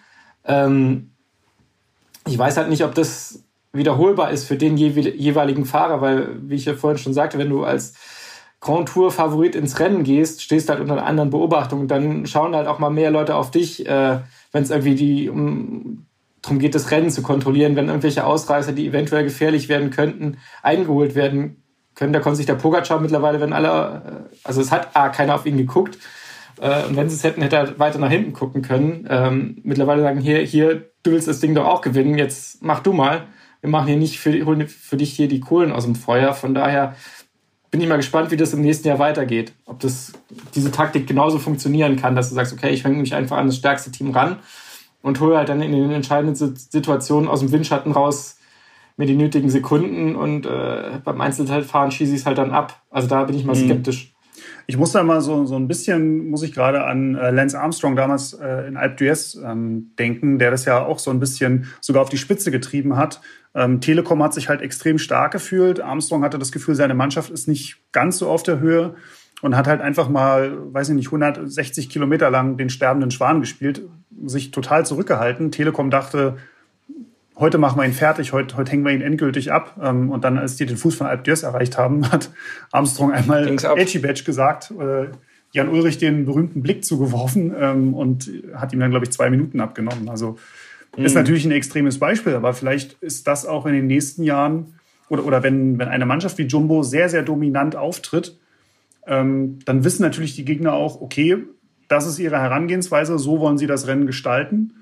Ich weiß halt nicht, ob das wiederholbar ist für den jeweiligen Fahrer, weil, wie ich ja vorhin schon sagte, wenn du als Grand Tour-Favorit ins Rennen gehst, stehst halt unter einer anderen Beobachtung. Und dann schauen halt auch mal mehr Leute auf dich, wenn es irgendwie darum geht, das Rennen zu kontrollieren, wenn irgendwelche Ausreißer, die eventuell gefährlich werden könnten, eingeholt werden können. Da konnte sich der Pogačar mittlerweile, wenn alle, also es hat keiner auf ihn geguckt. Und wenn sie es hätten, hätte er weiter nach hinten gucken können. Mittlerweile sagen, hier, du willst das Ding doch auch gewinnen, jetzt mach du mal. Wir machen hier nicht für dich hier die Kohlen aus dem Feuer. Von daher bin ich mal gespannt, wie das im nächsten Jahr weitergeht. Ob diese Taktik genauso funktionieren kann, dass du sagst, okay, ich hänge mich einfach an das stärkste Team ran und hole halt dann in den entscheidenden Situationen aus dem Windschatten raus mir die nötigen Sekunden und beim Einzelzeitfahren schieße ich es halt dann ab. Also da bin ich mal skeptisch. Ich muss da mal so ein bisschen, muss ich gerade an Lance Armstrong damals in Alpe d'Huez denken, der das ja auch so ein bisschen sogar auf die Spitze getrieben hat. Telekom hat sich halt extrem stark gefühlt. Armstrong hatte das Gefühl, seine Mannschaft ist nicht ganz so auf der Höhe und hat halt einfach mal, weiß ich nicht, 160 Kilometer lang den sterbenden Schwan gespielt, sich total zurückgehalten. Telekom dachte, heute machen wir ihn fertig, heute hängen wir ihn endgültig ab. Und dann, als die den Fuß von Alpe d'Huez erreicht haben, hat Armstrong einmal Edgy-Badge gesagt, Jan Ullrich den berühmten Blick zugeworfen und hat ihm dann, glaube ich, 2 Minuten abgenommen. Also ist natürlich ein extremes Beispiel, aber vielleicht ist das auch in den nächsten Jahren, oder wenn eine Mannschaft wie Jumbo sehr, sehr dominant auftritt, dann wissen natürlich die Gegner auch, okay, das ist ihre Herangehensweise, so wollen sie das Rennen gestalten.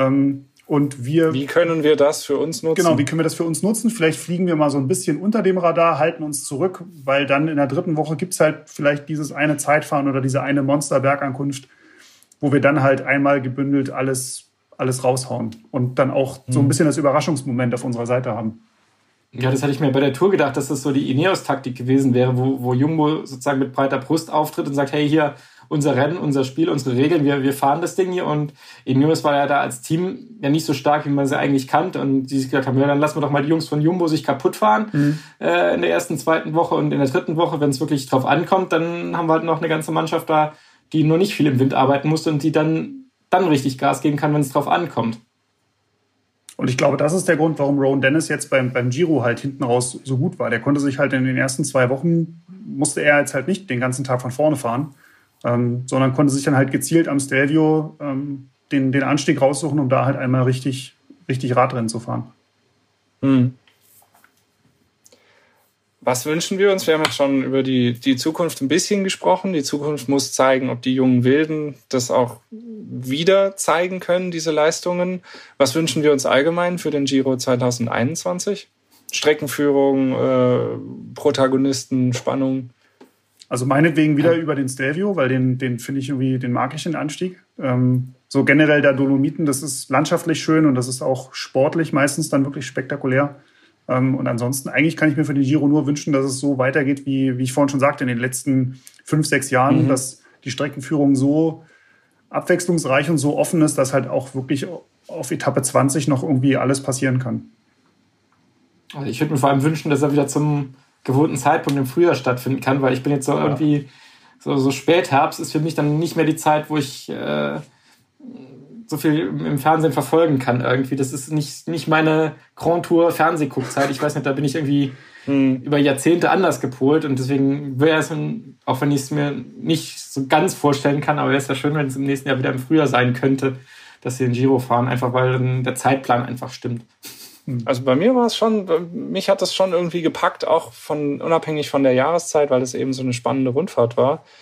Und wie können wir das für uns nutzen? Genau, wie können wir das für uns nutzen? Vielleicht fliegen wir mal so ein bisschen unter dem Radar, halten uns zurück, weil dann in der 3. Woche gibt es halt vielleicht dieses eine Zeitfahren oder diese eine Monsterbergankunft, wo wir dann halt einmal gebündelt alles raushauen und dann auch so ein bisschen das Überraschungsmoment auf unserer Seite haben. Ja, das hatte ich mir bei der Tour gedacht, dass das so die Ineos-Taktik gewesen wäre, wo Jumbo sozusagen mit breiter Brust auftritt und sagt, hey, hier, unser Rennen, unser Spiel, unsere Regeln, wir fahren das Ding hier. Und Ineos war ja da als Team ja nicht so stark, wie man sie eigentlich kannte. Und die sich gesagt haben, ja, dann lassen wir doch mal die Jungs von Jumbo sich kaputt fahren in der 1., 2. Woche und in der 3. Woche, wenn es wirklich drauf ankommt, dann haben wir halt noch eine ganze Mannschaft da, die nur nicht viel im Wind arbeiten musste und die dann richtig Gas geben kann, wenn es drauf ankommt. Und ich glaube, das ist der Grund, warum Rowan Dennis jetzt beim Giro halt hinten raus so gut war. Der konnte sich halt in den ersten 2 Wochen, musste er jetzt halt nicht den ganzen Tag von vorne fahren, sondern konnte sich dann halt gezielt am Stelvio den Anstieg raussuchen, um da halt einmal richtig Radrennen zu fahren. Was wünschen wir uns? Wir haben jetzt schon über die Zukunft ein bisschen gesprochen. Die Zukunft muss zeigen, ob die jungen Wilden das auch wieder zeigen können, diese Leistungen. Was wünschen wir uns allgemein für den Giro 2021? Streckenführung, Protagonisten, Spannung? Also meinetwegen wieder über den Stelvio, weil den finde ich irgendwie, den mag ich, den Anstieg. So generell der Dolomiten, das ist landschaftlich schön und das ist auch sportlich meistens dann wirklich spektakulär. Und ansonsten, eigentlich kann ich mir für den Giro nur wünschen, dass es so weitergeht, wie ich vorhin schon sagte, in den letzten 5, 6 Jahren, dass die Streckenführung so abwechslungsreich und so offen ist, dass halt auch wirklich auf Etappe 20 noch irgendwie alles passieren kann. Also ich würde mir vor allem wünschen, dass er wieder zum gewohnten Zeitpunkt im Frühjahr stattfinden kann, weil ich bin jetzt so irgendwie, so Spätherbst ist für mich dann nicht mehr die Zeit, wo ich so viel im Fernsehen verfolgen kann irgendwie. Das ist nicht meine Grand Tour Fernsehguckzeit. Ich weiß nicht, da bin ich irgendwie über Jahrzehnte anders gepolt und deswegen wäre es, auch wenn ich es mir nicht so ganz vorstellen kann, aber wäre es ja schön, wenn es im nächsten Jahr wieder im Frühjahr sein könnte, dass sie den Giro fahren, einfach weil dann der Zeitplan einfach stimmt. Also bei mir war es schon, mich hat das schon irgendwie gepackt, auch unabhängig von der Jahreszeit, weil es eben so eine spannende Rundfahrt war.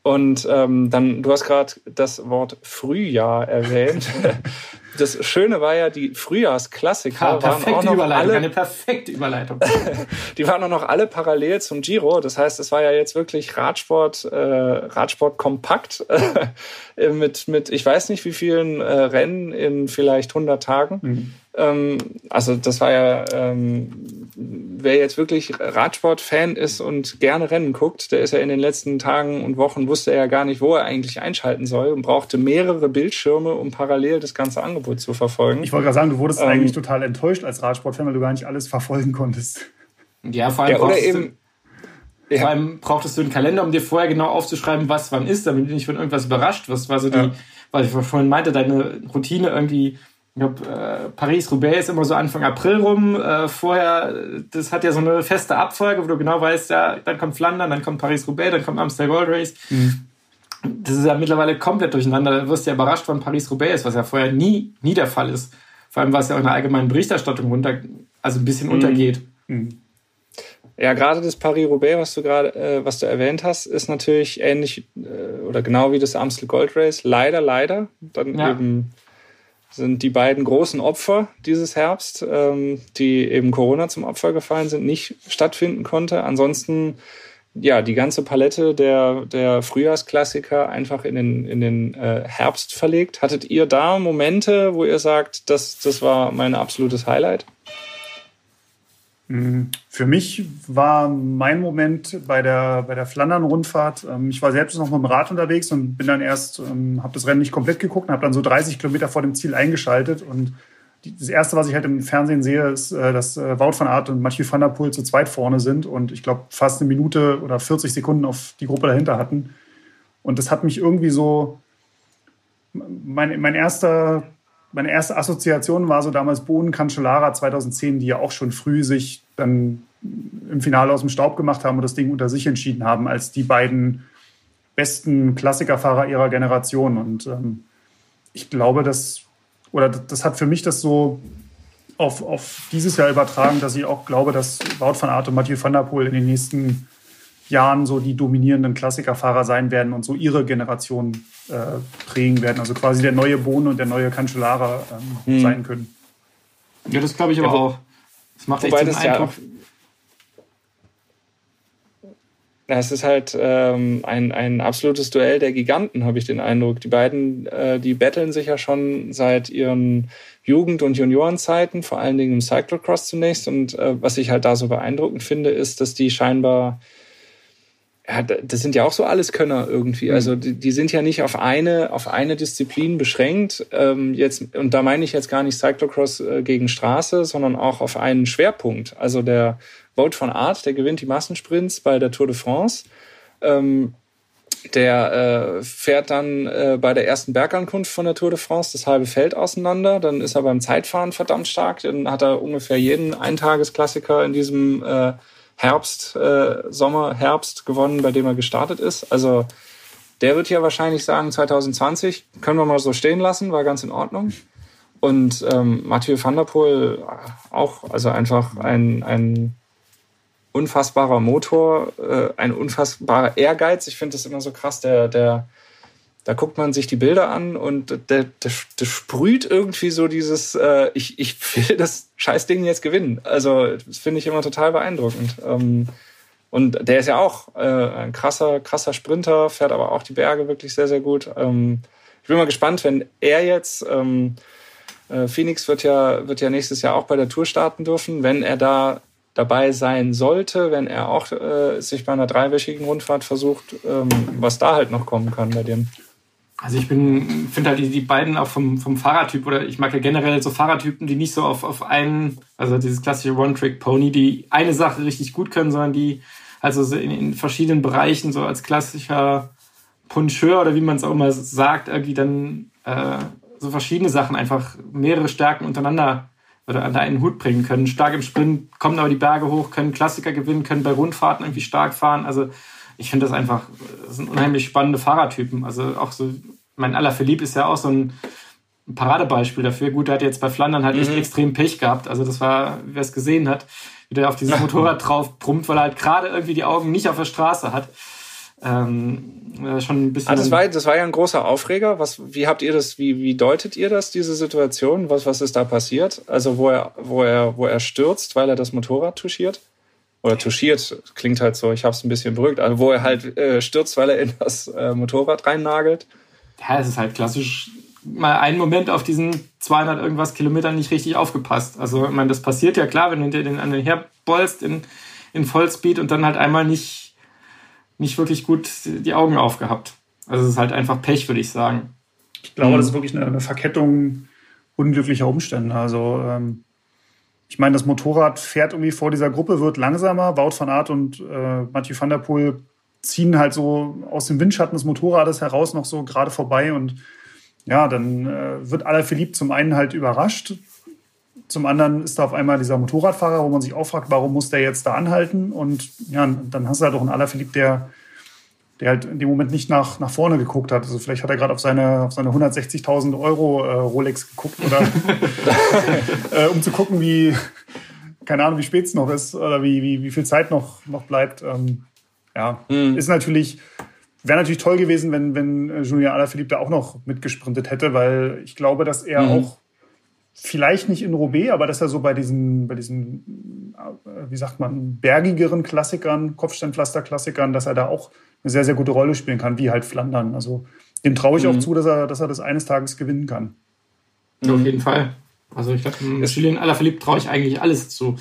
Und du hast gerade das Wort Frühjahr erwähnt. Das Schöne war ja, die Frühjahrsklassiker waren auch noch eine perfekte Überleitung. Die waren auch noch alle parallel zum Giro. Das heißt, es war ja jetzt wirklich Radsport kompakt mit ich weiß nicht wie vielen Rennen in vielleicht 100 Tagen. Also das war ja, wer jetzt wirklich Radsport-Fan ist und gerne Rennen guckt, der ist ja in den letzten Tagen und Wochen, wusste er ja gar nicht, wo er eigentlich einschalten soll und brauchte mehrere Bildschirme, um parallel das ganze Angebot zu verfolgen. Ich wollte gerade sagen, du wurdest eigentlich total enttäuscht als Radsport-Fan, weil du gar nicht alles verfolgen konntest. Ja, vor allem brauchtest du einen Kalender, um dir vorher genau aufzuschreiben, was wann ist, damit du nicht von irgendwas überrascht wirst. Was ich vorhin meinte, deine Routine irgendwie. Ich glaube, Paris-Roubaix ist immer so Anfang April rum. Vorher, das hat ja so eine feste Abfolge, wo du genau weißt, ja, dann kommt Flandern, dann kommt Paris-Roubaix, dann kommt Amstel Gold Race. Das ist ja mittlerweile komplett durcheinander. Da wirst du ja überrascht, wann Paris-Roubaix ist, was ja vorher nie der Fall ist. Vor allem, was ja auch in der allgemeinen Berichterstattung ein bisschen untergeht. Ja, gerade das Paris-Roubaix, was du erwähnt hast, ist natürlich ähnlich oder genau wie das Amstel Gold Race. Leider. Dann eben sind die beiden großen Opfer dieses Herbst, die eben Corona zum Opfer gefallen sind, nicht stattfinden konnte. Ansonsten, ja, die ganze Palette der Frühjahrsklassiker einfach in den Herbst verlegt. Hattet ihr da Momente, wo ihr sagt, das war mein absolutes Highlight? Für mich war mein Moment bei der Flandern-Rundfahrt, ich war selbst noch mit dem Rad unterwegs und bin dann erst, habe das Rennen nicht komplett geguckt und habe dann so 30 Kilometer vor dem Ziel eingeschaltet. Und das Erste, was ich halt im Fernsehen sehe, ist, dass Wout van Aert und Mathieu van der Poel zu zweit vorne sind und ich glaube fast eine Minute oder 40 Sekunden auf die Gruppe dahinter hatten. Und das hat mich irgendwie so, meine erste Assoziation war so damals Bohnen Cancellara 2010, die ja auch schon früh sich dann im Finale aus dem Staub gemacht haben und das Ding unter sich entschieden haben, als die beiden besten Klassikerfahrer ihrer Generation. Und ich glaube, das hat für mich das so auf dieses Jahr übertragen, dass ich auch glaube, dass Wout van Aert und Mathieu van der Poel in den nächsten Jahren so die dominierenden Klassikerfahrer sein werden und so ihre Generation prägen werden. Also quasi der neue Bohnen und der neue Cancellara sein können. Ja, das glaube ich aber auch. Das macht echt den Eindruck. Ja, es ist halt ein absolutes Duell der Giganten, habe ich den Eindruck. Die beiden, die battlen sich ja schon seit ihren Jugend- und Juniorenzeiten, vor allen Dingen im Cyclocross zunächst. Und was ich halt da so beeindruckend finde, ist, dass die scheinbar, ja, das sind ja auch so Alleskönner irgendwie. Also die sind ja nicht auf eine Disziplin beschränkt. Und da meine ich jetzt gar nicht Cyclocross gegen Straße, sondern auch auf einen Schwerpunkt. Also der Wout van Aert, der gewinnt die Massensprints bei der Tour de France. Der fährt dann bei der ersten Bergankunft von der Tour de France das halbe Feld auseinander. Dann ist er beim Zeitfahren verdammt stark. Dann hat er ungefähr jeden Eintagesklassiker in diesem Herbst gewonnen, bei dem er gestartet ist. Also der wird ja wahrscheinlich sagen, 2020 können wir mal so stehen lassen, war ganz in Ordnung. Und Mathieu van der Poel auch, also einfach ein unfassbarer Motor, ein unfassbarer Ehrgeiz. Ich finde das immer so krass, da guckt man sich die Bilder an und der sprüht irgendwie so dieses, ich will das Scheißding jetzt gewinnen. Also das finde ich immer total beeindruckend. Und der ist ja auch ein krasser Sprinter, fährt aber auch die Berge wirklich sehr, sehr gut. Ich bin mal gespannt, wenn er jetzt, Phoenix wird ja nächstes Jahr auch bei der Tour starten dürfen, wenn er da dabei sein sollte, wenn er auch sich bei einer 3-wöchigen Rundfahrt versucht, was da halt noch kommen kann bei dem. Also ich finde halt die beiden auch vom Fahrertyp, oder ich mag ja generell so Fahrertypen, die nicht so auf einen, also dieses klassische One-Trick-Pony, die eine Sache richtig gut können, sondern die also so in verschiedenen Bereichen so als klassischer Puncheur oder wie man es auch immer sagt, irgendwie dann so verschiedene Sachen, einfach mehrere Stärken untereinander oder an einen Hut bringen können. Stark im Sprint, kommen aber die Berge hoch, können Klassiker gewinnen, können bei Rundfahrten irgendwie stark fahren. Also ich finde das sind unheimlich spannende Fahrertypen. Also auch so, mein Alaphilippe ist ja auch so ein Paradebeispiel dafür. Gut, der hat jetzt bei Flandern halt echt extrem Pech gehabt. Also das war, wer es gesehen hat, wie der auf dieses Motorrad drauf brummt, weil er halt gerade irgendwie die Augen nicht auf der Straße hat. Schon ein bisschen. Das war ja ein großer Aufreger. Wie deutet ihr das, diese Situation? Was ist da passiert? Also wo er stürzt, weil er das Motorrad touchiert? Oder touchiert, klingt halt so, ich habe es ein bisschen beruhigt. Also wo er halt stürzt, weil er in das Motorrad reinnagelt. Ja, es ist halt klassisch, mal einen Moment auf diesen 200 irgendwas Kilometern nicht richtig aufgepasst. Also, ich meine, das passiert ja klar, wenn du hinter den an den herbolst in Vollspeed und dann halt einmal nicht wirklich gut die Augen aufgehabt. Also, es ist halt einfach Pech, würde ich sagen. Ich glaube, das ist wirklich eine Verkettung unglücklicher Umstände. Also, ich meine, das Motorrad fährt irgendwie vor dieser Gruppe, wird langsamer. Wout van Aert und Mathieu van der Poel ziehen halt so aus dem Windschatten des Motorrades heraus noch so gerade vorbei und ja, dann wird Alaphilippe zum einen halt überrascht, zum anderen ist da auf einmal dieser Motorradfahrer, wo man sich auch fragt, warum muss der jetzt da anhalten und ja, dann hast du halt auch einen Alaphilippe, der halt in dem Moment nicht nach vorne geguckt hat. Also vielleicht hat er gerade auf seine 160.000 Euro Rolex geguckt oder um zu gucken, keine Ahnung, wie spät es noch ist oder wie viel Zeit noch bleibt. Wäre natürlich toll gewesen, wenn Julien Alaphilippe da auch noch mitgesprintet hätte, weil ich glaube, dass er auch vielleicht nicht in Roubaix, aber dass er so bei diesen wie sagt man, bergigeren Klassikern, Kopfsteinpflaster-Klassikern, dass er da auch eine sehr, sehr gute Rolle spielen kann, wie halt Flandern. Also dem traue ich auch zu, dass er das eines Tages gewinnen kann. Ja, auf jeden Fall. Also ich glaube, Julien Alaphilippe traue ich eigentlich alles zu.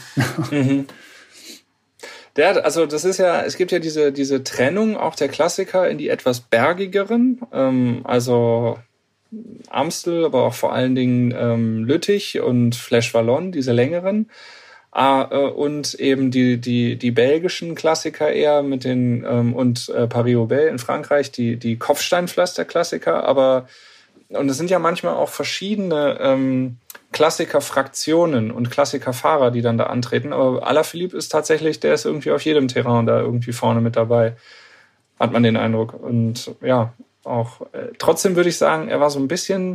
Es gibt ja diese Trennung auch der Klassiker in die etwas bergigeren, also Amstel, aber auch vor allen Dingen Lüttich und Flèche Wallonne, diese längeren, und eben die belgischen Klassiker eher mit den und Paris-Roubaix in Frankreich, die Kopfsteinpflaster-Klassiker, und es sind ja manchmal auch verschiedene Klassikerfraktionen und Klassikerfahrer, die dann da antreten. Aber Alaphilippe ist tatsächlich, der ist irgendwie auf jedem Terrain da irgendwie vorne mit dabei, hat man den Eindruck. Und ja, auch trotzdem würde ich sagen, er war so ein bisschen,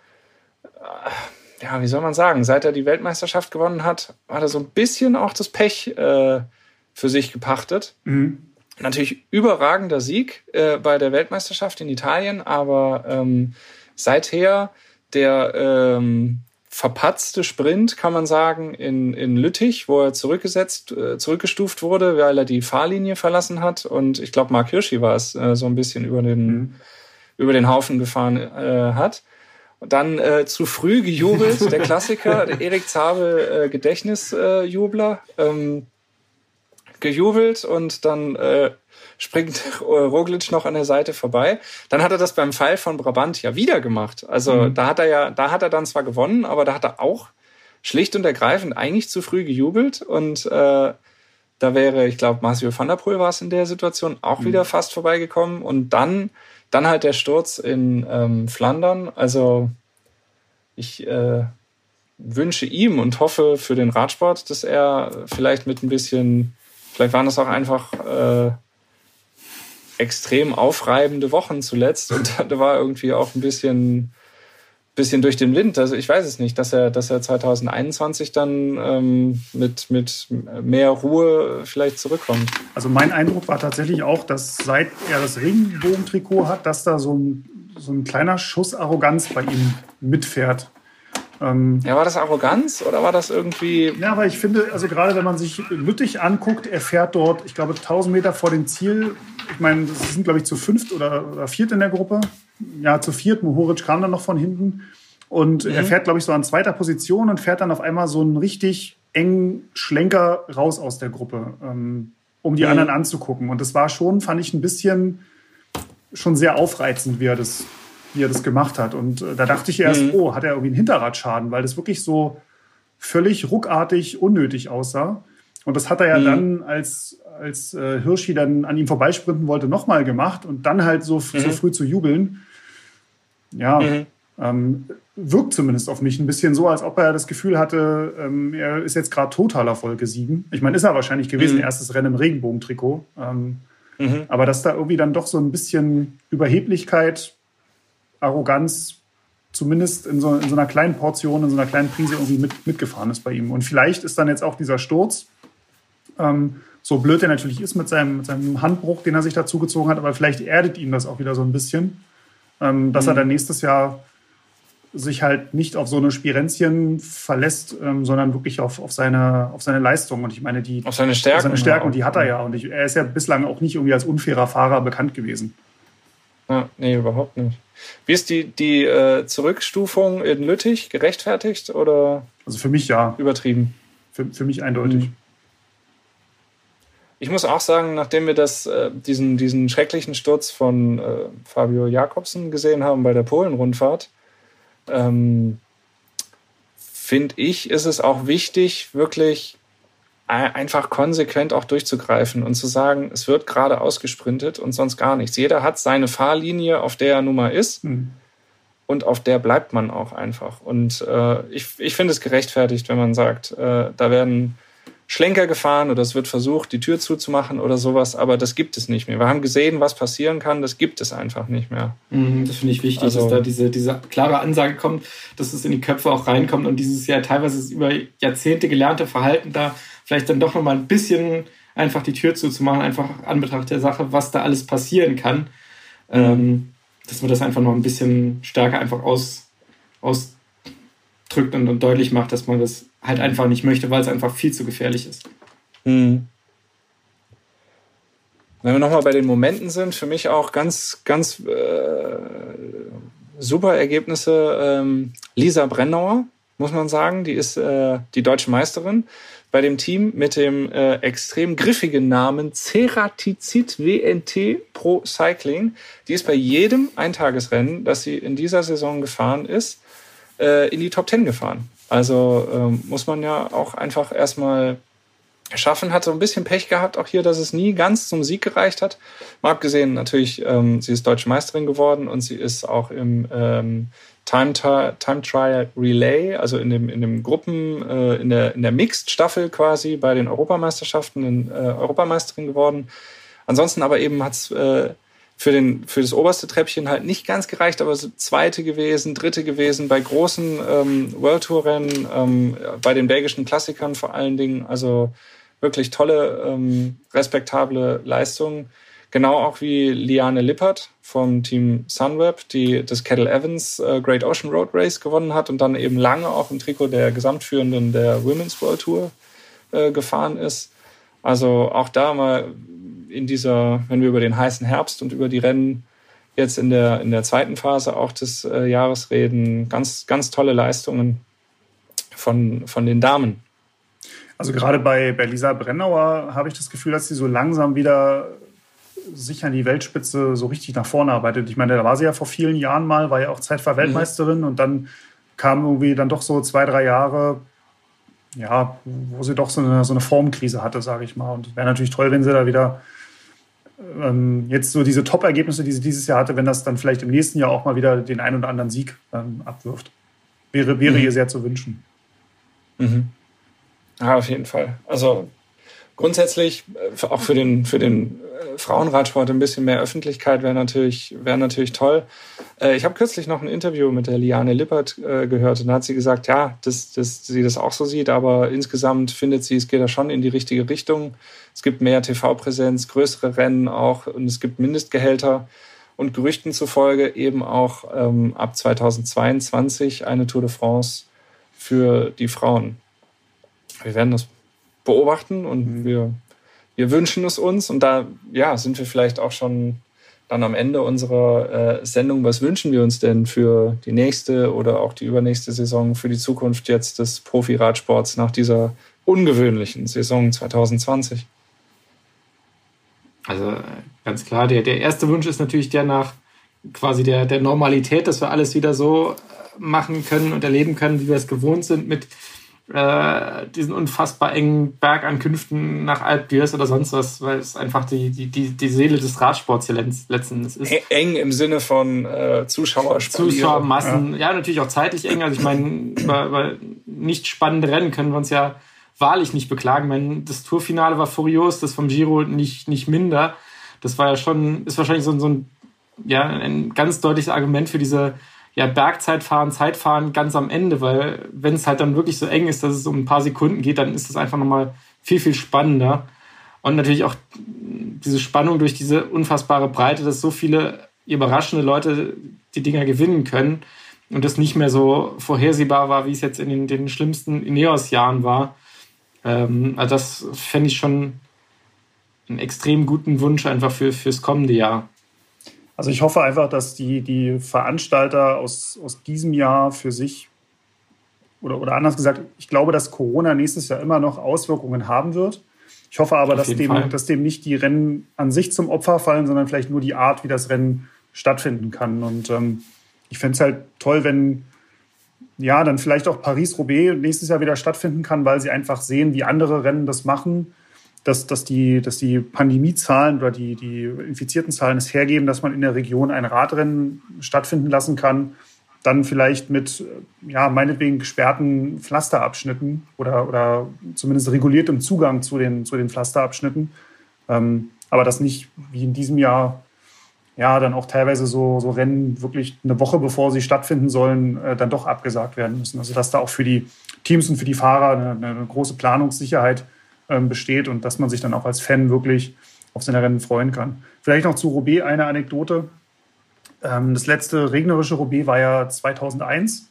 wie soll man sagen, seit er die Weltmeisterschaft gewonnen hat, hat er so ein bisschen auch das Pech für sich gepachtet. Natürlich überragender Sieg bei der Weltmeisterschaft in Italien, aber seither der verpatzte Sprint, kann man sagen, in Lüttich, wo er zurückgestuft wurde, weil er die Fahrlinie verlassen hat. Und ich glaube, Mark Hirschi war es, so ein bisschen über den Haufen gefahren hat. Und dann zu früh gejubelt, der Klassiker, der Erik Zabel Gedächtnisjubler, gejubelt und dann springt Roglic noch an der Seite vorbei. Dann hat er das beim Pfeil von Brabant ja wieder gemacht. Also da hat er dann zwar gewonnen, aber da hat er auch schlicht und ergreifend eigentlich zu früh gejubelt und da wäre, ich glaube, Mathieu van der Poel war es in der Situation auch wieder fast vorbeigekommen und dann halt der Sturz in Flandern. Also ich wünsche ihm und hoffe für den Radsport, dass er vielleicht waren das auch einfach extrem aufreibende Wochen zuletzt und da war irgendwie auch ein bisschen durch den Wind. Also ich weiß es nicht, dass er 2021 dann mit mehr Ruhe vielleicht zurückkommt. Also mein Eindruck war tatsächlich auch, dass seit er das Regenbogentrikot hat, dass da so ein kleiner Schuss Arroganz bei ihm mitfährt. War das Arroganz oder war das irgendwie... Ja, aber ich finde, also gerade wenn man sich Lüttich anguckt, er fährt dort, ich glaube, 1000 Meter vor dem Ziel. Ich meine, das sind, glaube ich, zu 5. oder 4. in der Gruppe. Ja, zu 4. Mohoric kam dann noch von hinten. Und er fährt, glaube ich, so an 2. Position und fährt dann auf einmal so einen richtig engen Schlenker raus aus der Gruppe, um die anderen anzugucken. Und das war schon, fand ich, ein bisschen schon sehr aufreizend, wie er das gemacht hat. Und da dachte ich erst, hat er irgendwie einen Hinterradschaden, weil das wirklich so völlig ruckartig unnötig aussah. Und das hat er ja dann, als Hirschi dann an ihm vorbeisprinten wollte, nochmal gemacht und dann halt so früh zu jubeln. Ja, wirkt zumindest auf mich ein bisschen so, als ob er das Gefühl hatte, er ist jetzt gerade total auf Wolke 7. Ich meine, ist er wahrscheinlich gewesen, erstes Rennen im Regenbogentrikot. Aber dass da irgendwie dann doch so ein bisschen Überheblichkeit, Arroganz zumindest in so einer kleinen Portion, in so einer kleinen Prise irgendwie mitgefahren ist bei ihm. Und vielleicht ist dann jetzt auch dieser Sturz, so blöd er natürlich ist mit seinem Handbruch, den er sich dazu gezogen hat, aber vielleicht erdet ihm das auch wieder so ein bisschen, dass er dann nächstes Jahr sich halt nicht auf so eine Spirenzchen verlässt, sondern wirklich auf seine Leistung. Und ich meine, auf seine Stärken. Auf seine Stärken, und die hat er ja. Und er ist ja bislang auch nicht irgendwie als unfairer Fahrer bekannt gewesen. Ja, nee, überhaupt nicht. Wie ist die Zurückstufung in Lüttich gerechtfertigt oder? Also für mich ja. Übertrieben? Für mich eindeutig. Ich muss auch sagen, nachdem wir diesen schrecklichen Sturz von Fabio Jakobsen gesehen haben bei der Polen-Rundfahrt, finde ich, ist es auch wichtig, wirklich einfach konsequent auch durchzugreifen und zu sagen, es wird gerade ausgesprintet und sonst gar nichts. Jeder hat seine Fahrlinie, auf der er nun mal ist, und auf der bleibt man auch einfach. Und ich finde es gerechtfertigt, wenn man sagt, da werden Schlenker gefahren oder es wird versucht, die Tür zuzumachen oder sowas, aber das gibt es nicht mehr. Wir haben gesehen, was passieren kann, das gibt es einfach nicht mehr. Das finde ich wichtig, dass da diese klare Ansage kommt, dass es in die Köpfe auch reinkommt und dieses ja teilweise über Jahrzehnte gelernte Verhalten da vielleicht dann doch nochmal ein bisschen einfach die Tür zuzumachen, einfach an Betracht der Sache, was da alles passieren kann, dass man das einfach noch ein bisschen stärker einfach ausdrückt und deutlich macht, dass man das halt einfach nicht möchte, weil es einfach viel zu gefährlich ist. Wenn wir nochmal bei den Momenten sind, für mich auch ganz, ganz super Ergebnisse. Lisa Brennauer, muss man sagen, die ist die deutsche Meisterin bei dem Team mit dem extrem griffigen Namen Ceratizid WNT Pro Cycling. Die ist bei jedem Eintagesrennen, das sie in dieser Saison gefahren ist, in die Top 10 gefahren. Also muss man ja auch einfach erstmal schaffen. Hat so ein bisschen Pech gehabt, auch hier, dass es nie ganz zum Sieg gereicht hat. Mal abgesehen natürlich, sie ist deutsche Meisterin geworden und sie ist auch im Time Trial Relay, also in dem Gruppen, in der Mixed-Staffel quasi bei den Europameisterschaften Europameisterin geworden. Ansonsten aber eben hat es für das oberste Treppchen halt nicht ganz gereicht, aber so zweite gewesen, dritte gewesen, bei großen World Tour Rennen, bei den belgischen Klassikern vor allen Dingen, also wirklich tolle, respektable Leistungen. Genau auch wie Liane Lippert vom Team Sunweb, die das Cadel Evans Great Ocean Road Race gewonnen hat und dann eben lange auch im Trikot der Gesamtführenden der Women's World Tour gefahren ist. Also auch da mal wenn wir über den heißen Herbst und über die Rennen jetzt in der zweiten Phase auch des Jahres reden, ganz, ganz tolle Leistungen von den Damen. Also gerade bei Lisa Brennauer habe ich das Gefühl, dass sie so langsam wieder sich an die Weltspitze so richtig nach vorne arbeitet. Ich meine, da war sie ja vor vielen Jahren mal, war ja auch Zeitfahr-Weltmeisterin und dann kam irgendwie dann doch so 2-3 Jahre, ja, wo sie doch so eine Formkrise hatte, sage ich mal. Und wäre natürlich toll, wenn sie da wieder jetzt so diese Top-Ergebnisse, die sie dieses Jahr hatte, wenn das dann vielleicht im nächsten Jahr auch mal wieder den einen oder anderen Sieg abwirft. Wäre ihr sehr zu wünschen. Ja, auf jeden Fall. Also grundsätzlich auch für den Frauenradsport ein bisschen mehr Öffentlichkeit wäre natürlich toll. Ich habe kürzlich noch ein Interview mit der Liane Lippert gehört und da hat sie gesagt, ja, dass sie das auch so sieht, aber insgesamt findet sie, es geht da schon in die richtige Richtung. Es gibt mehr TV-Präsenz, größere Rennen auch und es gibt Mindestgehälter und Gerüchten zufolge eben auch ab 2022 eine Tour de France für die Frauen. Wir werden das beobachten und wir wünschen es uns. Und da sind wir vielleicht auch schon dann am Ende unserer Sendung. Was wünschen wir uns denn für die nächste oder auch die übernächste Saison, für die Zukunft jetzt des Profiradsports nach dieser ungewöhnlichen Saison 2020? Also ganz klar, der erste Wunsch ist natürlich der nach quasi der Normalität, dass wir alles wieder so machen können und erleben können, wie wir es gewohnt sind mit diesen unfassbar engen Bergankünften nach Alpe d'Huez oder sonst was, weil es einfach die Seele des Radsports hier letzten Endes ist. Eng im Sinne von Zuschauermassen, ja, natürlich auch zeitlich eng. Also ich meine, über nicht spannende Rennen können wir uns ja wahrlich nicht beklagen. Ich meine, das Tourfinale war furios, das vom Giro nicht minder. Das war ja ist wahrscheinlich so ein ganz deutliches Argument für diese Zeitfahren ganz am Ende, weil wenn es halt dann wirklich so eng ist, dass es um ein paar Sekunden geht, dann ist das einfach nochmal viel, viel spannender. Und natürlich auch diese Spannung durch diese unfassbare Breite, dass so viele überraschende Leute die Dinger gewinnen können und das nicht mehr so vorhersehbar war, wie es jetzt in den schlimmsten Ineos-Jahren war. Also das fände ich schon einen extrem guten Wunsch einfach fürs kommende Jahr. Also ich hoffe einfach, dass die Veranstalter aus diesem Jahr für sich, oder anders gesagt, ich glaube, dass Corona nächstes Jahr immer noch Auswirkungen haben wird. Ich hoffe aber, dass dem nicht die Rennen an sich zum Opfer fallen, sondern vielleicht nur die Art, wie das Rennen stattfinden kann. Und ich fände es halt toll, wenn dann vielleicht auch Paris-Roubaix nächstes Jahr wieder stattfinden kann, weil sie einfach sehen, wie andere Rennen das machen, dass die Pandemiezahlen oder die infizierten Zahlen es hergeben, dass man in der Region ein Radrennen stattfinden lassen kann, dann vielleicht mit meinetwegen gesperrten Pflasterabschnitten oder zumindest reguliertem Zugang zu den Pflasterabschnitten. Aber das nicht wie in diesem Jahr dann auch teilweise so Rennen wirklich eine Woche bevor sie stattfinden sollen, dann doch abgesagt werden müssen. Also dass da auch für die Teams und für die Fahrer eine große Planungssicherheit besteht und dass man sich dann auch als Fan wirklich auf seine Rennen freuen kann. Vielleicht noch zu Roubaix eine Anekdote. Das letzte regnerische Roubaix war ja 2001.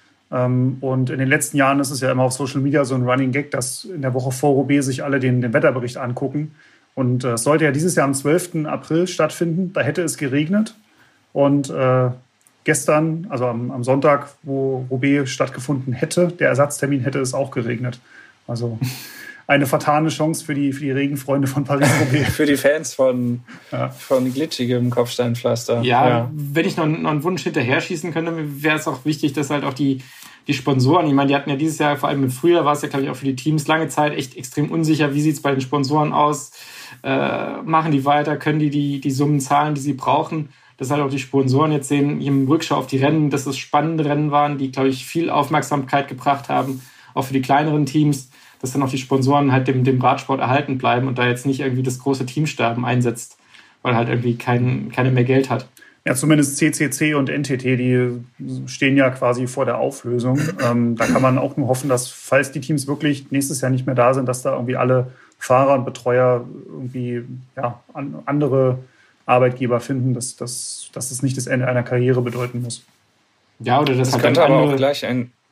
Und in den letzten Jahren ist es ja immer auf Social Media so ein Running Gag, dass in der Woche vor Roubaix sich alle den Wetterbericht angucken. Und es sollte ja dieses Jahr am 12. April stattfinden. Da hätte es geregnet. Und gestern, also am Sonntag, wo Roubaix stattgefunden hätte, der Ersatztermin, hätte es auch geregnet. Also eine vertane Chance für die Regenfreunde von Paris-Roubaix. Für die Fans von glitschigem Kopfsteinpflaster. Ja, wenn ich noch einen Wunsch hinterher schießen könnte, wäre es auch wichtig, dass halt auch die Sponsoren, ich meine, die hatten ja dieses Jahr, vor allem im Frühjahr, war es ja, glaube ich, auch für die Teams lange Zeit echt extrem unsicher. Wie sieht es bei den Sponsoren aus? Machen die weiter? Können die Summen zahlen, die sie brauchen? Dass halt auch die Sponsoren jetzt sehen, hier im Rückschau auf die Rennen, dass es spannende Rennen waren, die, glaube ich, viel Aufmerksamkeit gebracht haben, auch für die kleineren Teams, dass dann auch die Sponsoren halt dem Radsport erhalten bleiben und da jetzt nicht irgendwie das große Teamsterben einsetzt, weil halt irgendwie keiner mehr Geld hat. Ja, zumindest CCC und NTT, die stehen ja quasi vor der Auflösung. Da kann man auch nur hoffen, dass, falls die Teams wirklich nächstes Jahr nicht mehr da sind, dass da irgendwie alle Fahrer und Betreuer irgendwie andere Arbeitgeber finden, dass es nicht das Ende einer Karriere bedeuten muss. Ja, oder das halt könnte aber auch gleich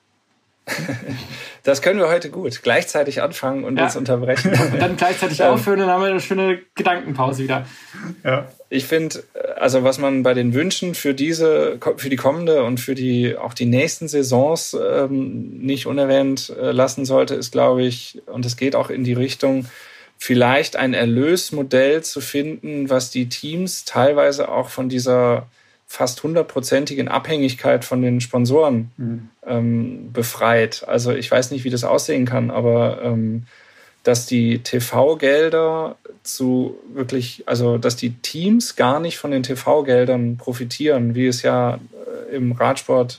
das können wir heute gut. Gleichzeitig anfangen und uns unterbrechen. Und dann gleichzeitig aufhören und dann haben wir eine schöne Gedankenpause wieder. Ja. Ich finde, also was man bei den Wünschen für die kommende und für auch die nächsten Saisons nicht unerwähnt lassen sollte, ist, glaube ich, und es geht auch in die Richtung, vielleicht ein Erlösmodell zu finden, was die Teams teilweise auch von dieser fast 100%igen Abhängigkeit von den Sponsoren befreit. Also ich weiß nicht, wie das aussehen kann, aber dass die TV-Gelder dass die Teams gar nicht von den TV-Geldern profitieren, wie es ja im Radsport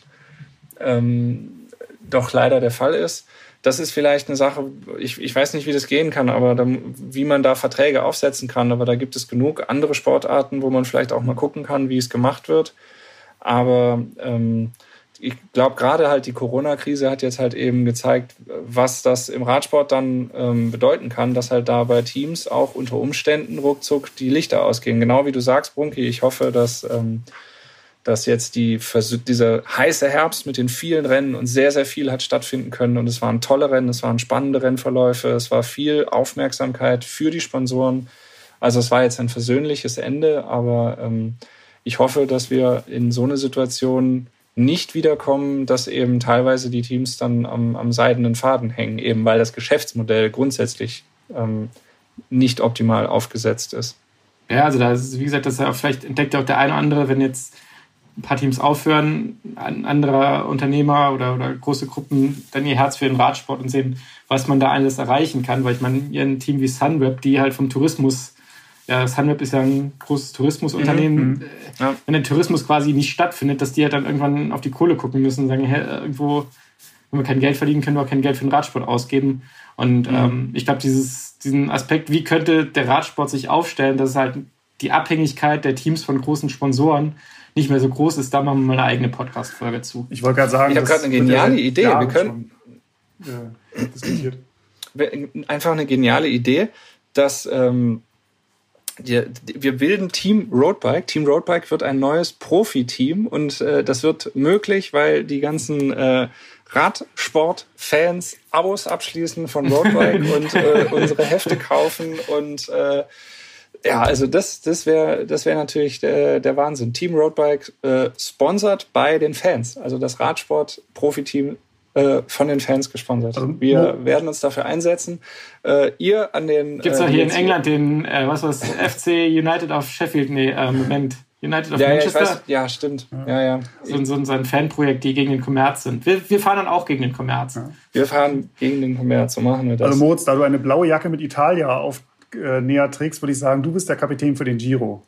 doch leider der Fall ist. Das ist vielleicht eine Sache, ich weiß nicht, wie das gehen kann, aber wie man da Verträge aufsetzen kann. Aber da gibt es genug andere Sportarten, wo man vielleicht auch mal gucken kann, wie es gemacht wird. Aber ich glaube, gerade halt die Corona-Krise hat jetzt halt eben gezeigt, was das im Radsport dann bedeuten kann, dass halt da bei Teams auch unter Umständen ruckzuck die Lichter ausgehen. Genau wie du sagst, Brunki, ich hoffe, dass jetzt dieser heiße Herbst mit den vielen Rennen und sehr, sehr viel hat stattfinden können. Und es waren tolle Rennen, es waren spannende Rennverläufe, es war viel Aufmerksamkeit für die Sponsoren. Also es war jetzt ein versöhnliches Ende, aber ich hoffe, dass wir in so eine Situation nicht wiederkommen, dass eben teilweise die Teams dann am seidenen Faden hängen, eben weil das Geschäftsmodell grundsätzlich nicht optimal aufgesetzt ist. Ja, also da ist, wie gesagt, das ja vielleicht entdeckt auch der eine oder andere, wenn jetzt ein paar Teams aufhören, ein anderer Unternehmer oder große Gruppen dann ihr Herz für den Radsport und sehen, was man da alles erreichen kann. Weil ich meine, hier ein Team wie Sunweb, die halt vom Tourismus, Sunweb ist ja ein großes Tourismusunternehmen, wenn der Tourismus quasi nicht stattfindet, dass die halt dann irgendwann auf die Kohle gucken müssen und sagen, irgendwo, wenn wir kein Geld verdienen, können wir auch kein Geld für den Radsport ausgeben. Und ich glaube, diesen Aspekt, wie könnte der Radsport sich aufstellen, dass halt die Abhängigkeit der Teams von großen Sponsoren nicht mehr so groß ist, da machen wir mal eine eigene Podcast-Folge zu. Ich wollte gerade sagen, ich habe gerade eine geniale Idee. Wir können diskutiert. Einfach eine geniale Idee. dass wir bilden Team Roadbike. Team Roadbike wird ein neues Profiteam und das wird möglich, weil die ganzen Radsport-Fans Abos abschließen von Roadbike und unsere Hefte kaufen und also das wäre natürlich der Wahnsinn. Team Roadbike sponsored bei den Fans, also das Radsport-Profiteam von den Fans gesponsert. Also, wir werden uns dafür einsetzen. Ihr an den... Gibt's doch hier in England den, FC United of Sheffield? Moment. United of Manchester? Ja, stimmt. Ja. So ein Fanprojekt, die gegen den Kommerz sind. Wir fahren dann auch gegen den Kommerz. Ja. Wir fahren gegen den Kommerz, so machen wir das. Also Moritz, da du eine blaue Jacke mit Italia näher trägst, würde ich sagen, du bist der Kapitän für den Giro.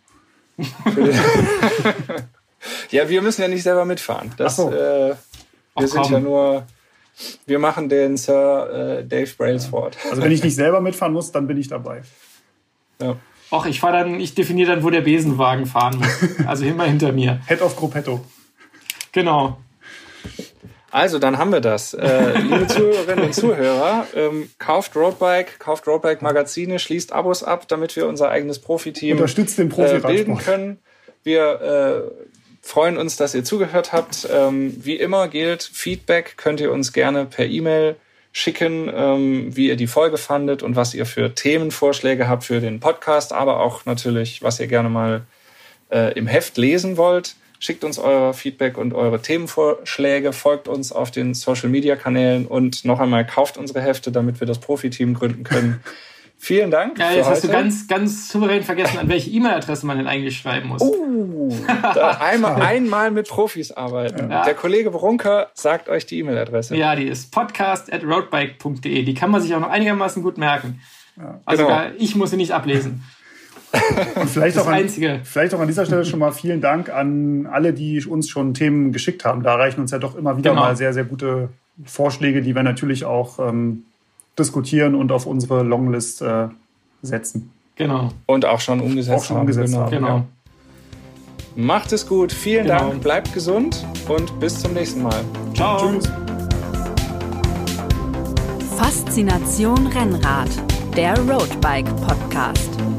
Ja, wir müssen ja nicht selber mitfahren. Das, Ach so. Wir sind ja nur... Wir machen den Sir Dave Brailsford. Also wenn ich nicht selber mitfahren muss, dann bin ich dabei. Ja. Och, ich definiere dann, wo der Besenwagen fahren muss. Also immer hinter mir. Head of Gruppetto. Genau. Also, dann haben wir das. Liebe Zuhörerinnen und Zuhörer, kauft Roadbike Magazine, schließt Abos ab, damit wir unser eigenes Profiteam unterstützt den bilden können. Wir freuen uns, dass ihr zugehört habt. Wie immer gilt, Feedback könnt ihr uns gerne per E-Mail schicken, wie ihr die Folge fandet und was ihr für Themenvorschläge habt für den Podcast, aber auch natürlich, was ihr gerne mal im Heft lesen wollt. Schickt uns euer Feedback und eure Themenvorschläge, folgt uns auf den Social-Media-Kanälen und noch einmal kauft unsere Hefte, damit wir das Profiteam gründen können. Vielen Dank. Ja, jetzt hast du ganz, ganz souverän vergessen, an welche E-Mail-Adresse man denn eigentlich schreiben muss. Einmal mit Profis arbeiten. Ja. Der Kollege Brunker sagt euch die E-Mail-Adresse. Ja, die ist podcast@roadbike.de. Die kann man sich auch noch einigermaßen gut merken. Ja. Also genau. Ich muss sie nicht ablesen. Und vielleicht auch an dieser Stelle schon mal vielen Dank an alle, die uns schon Themen geschickt haben. Da erreichen uns ja doch immer wieder mal sehr, sehr gute Vorschläge, die wir natürlich auch diskutieren und auf unsere Longlist setzen. Genau. Und auch schon umgesetzt haben. Genau. Ja. Macht es gut. Vielen Dank. Bleibt gesund und bis zum nächsten Mal. Ciao. Tschüss. Faszination Rennrad, der Roadbike Podcast.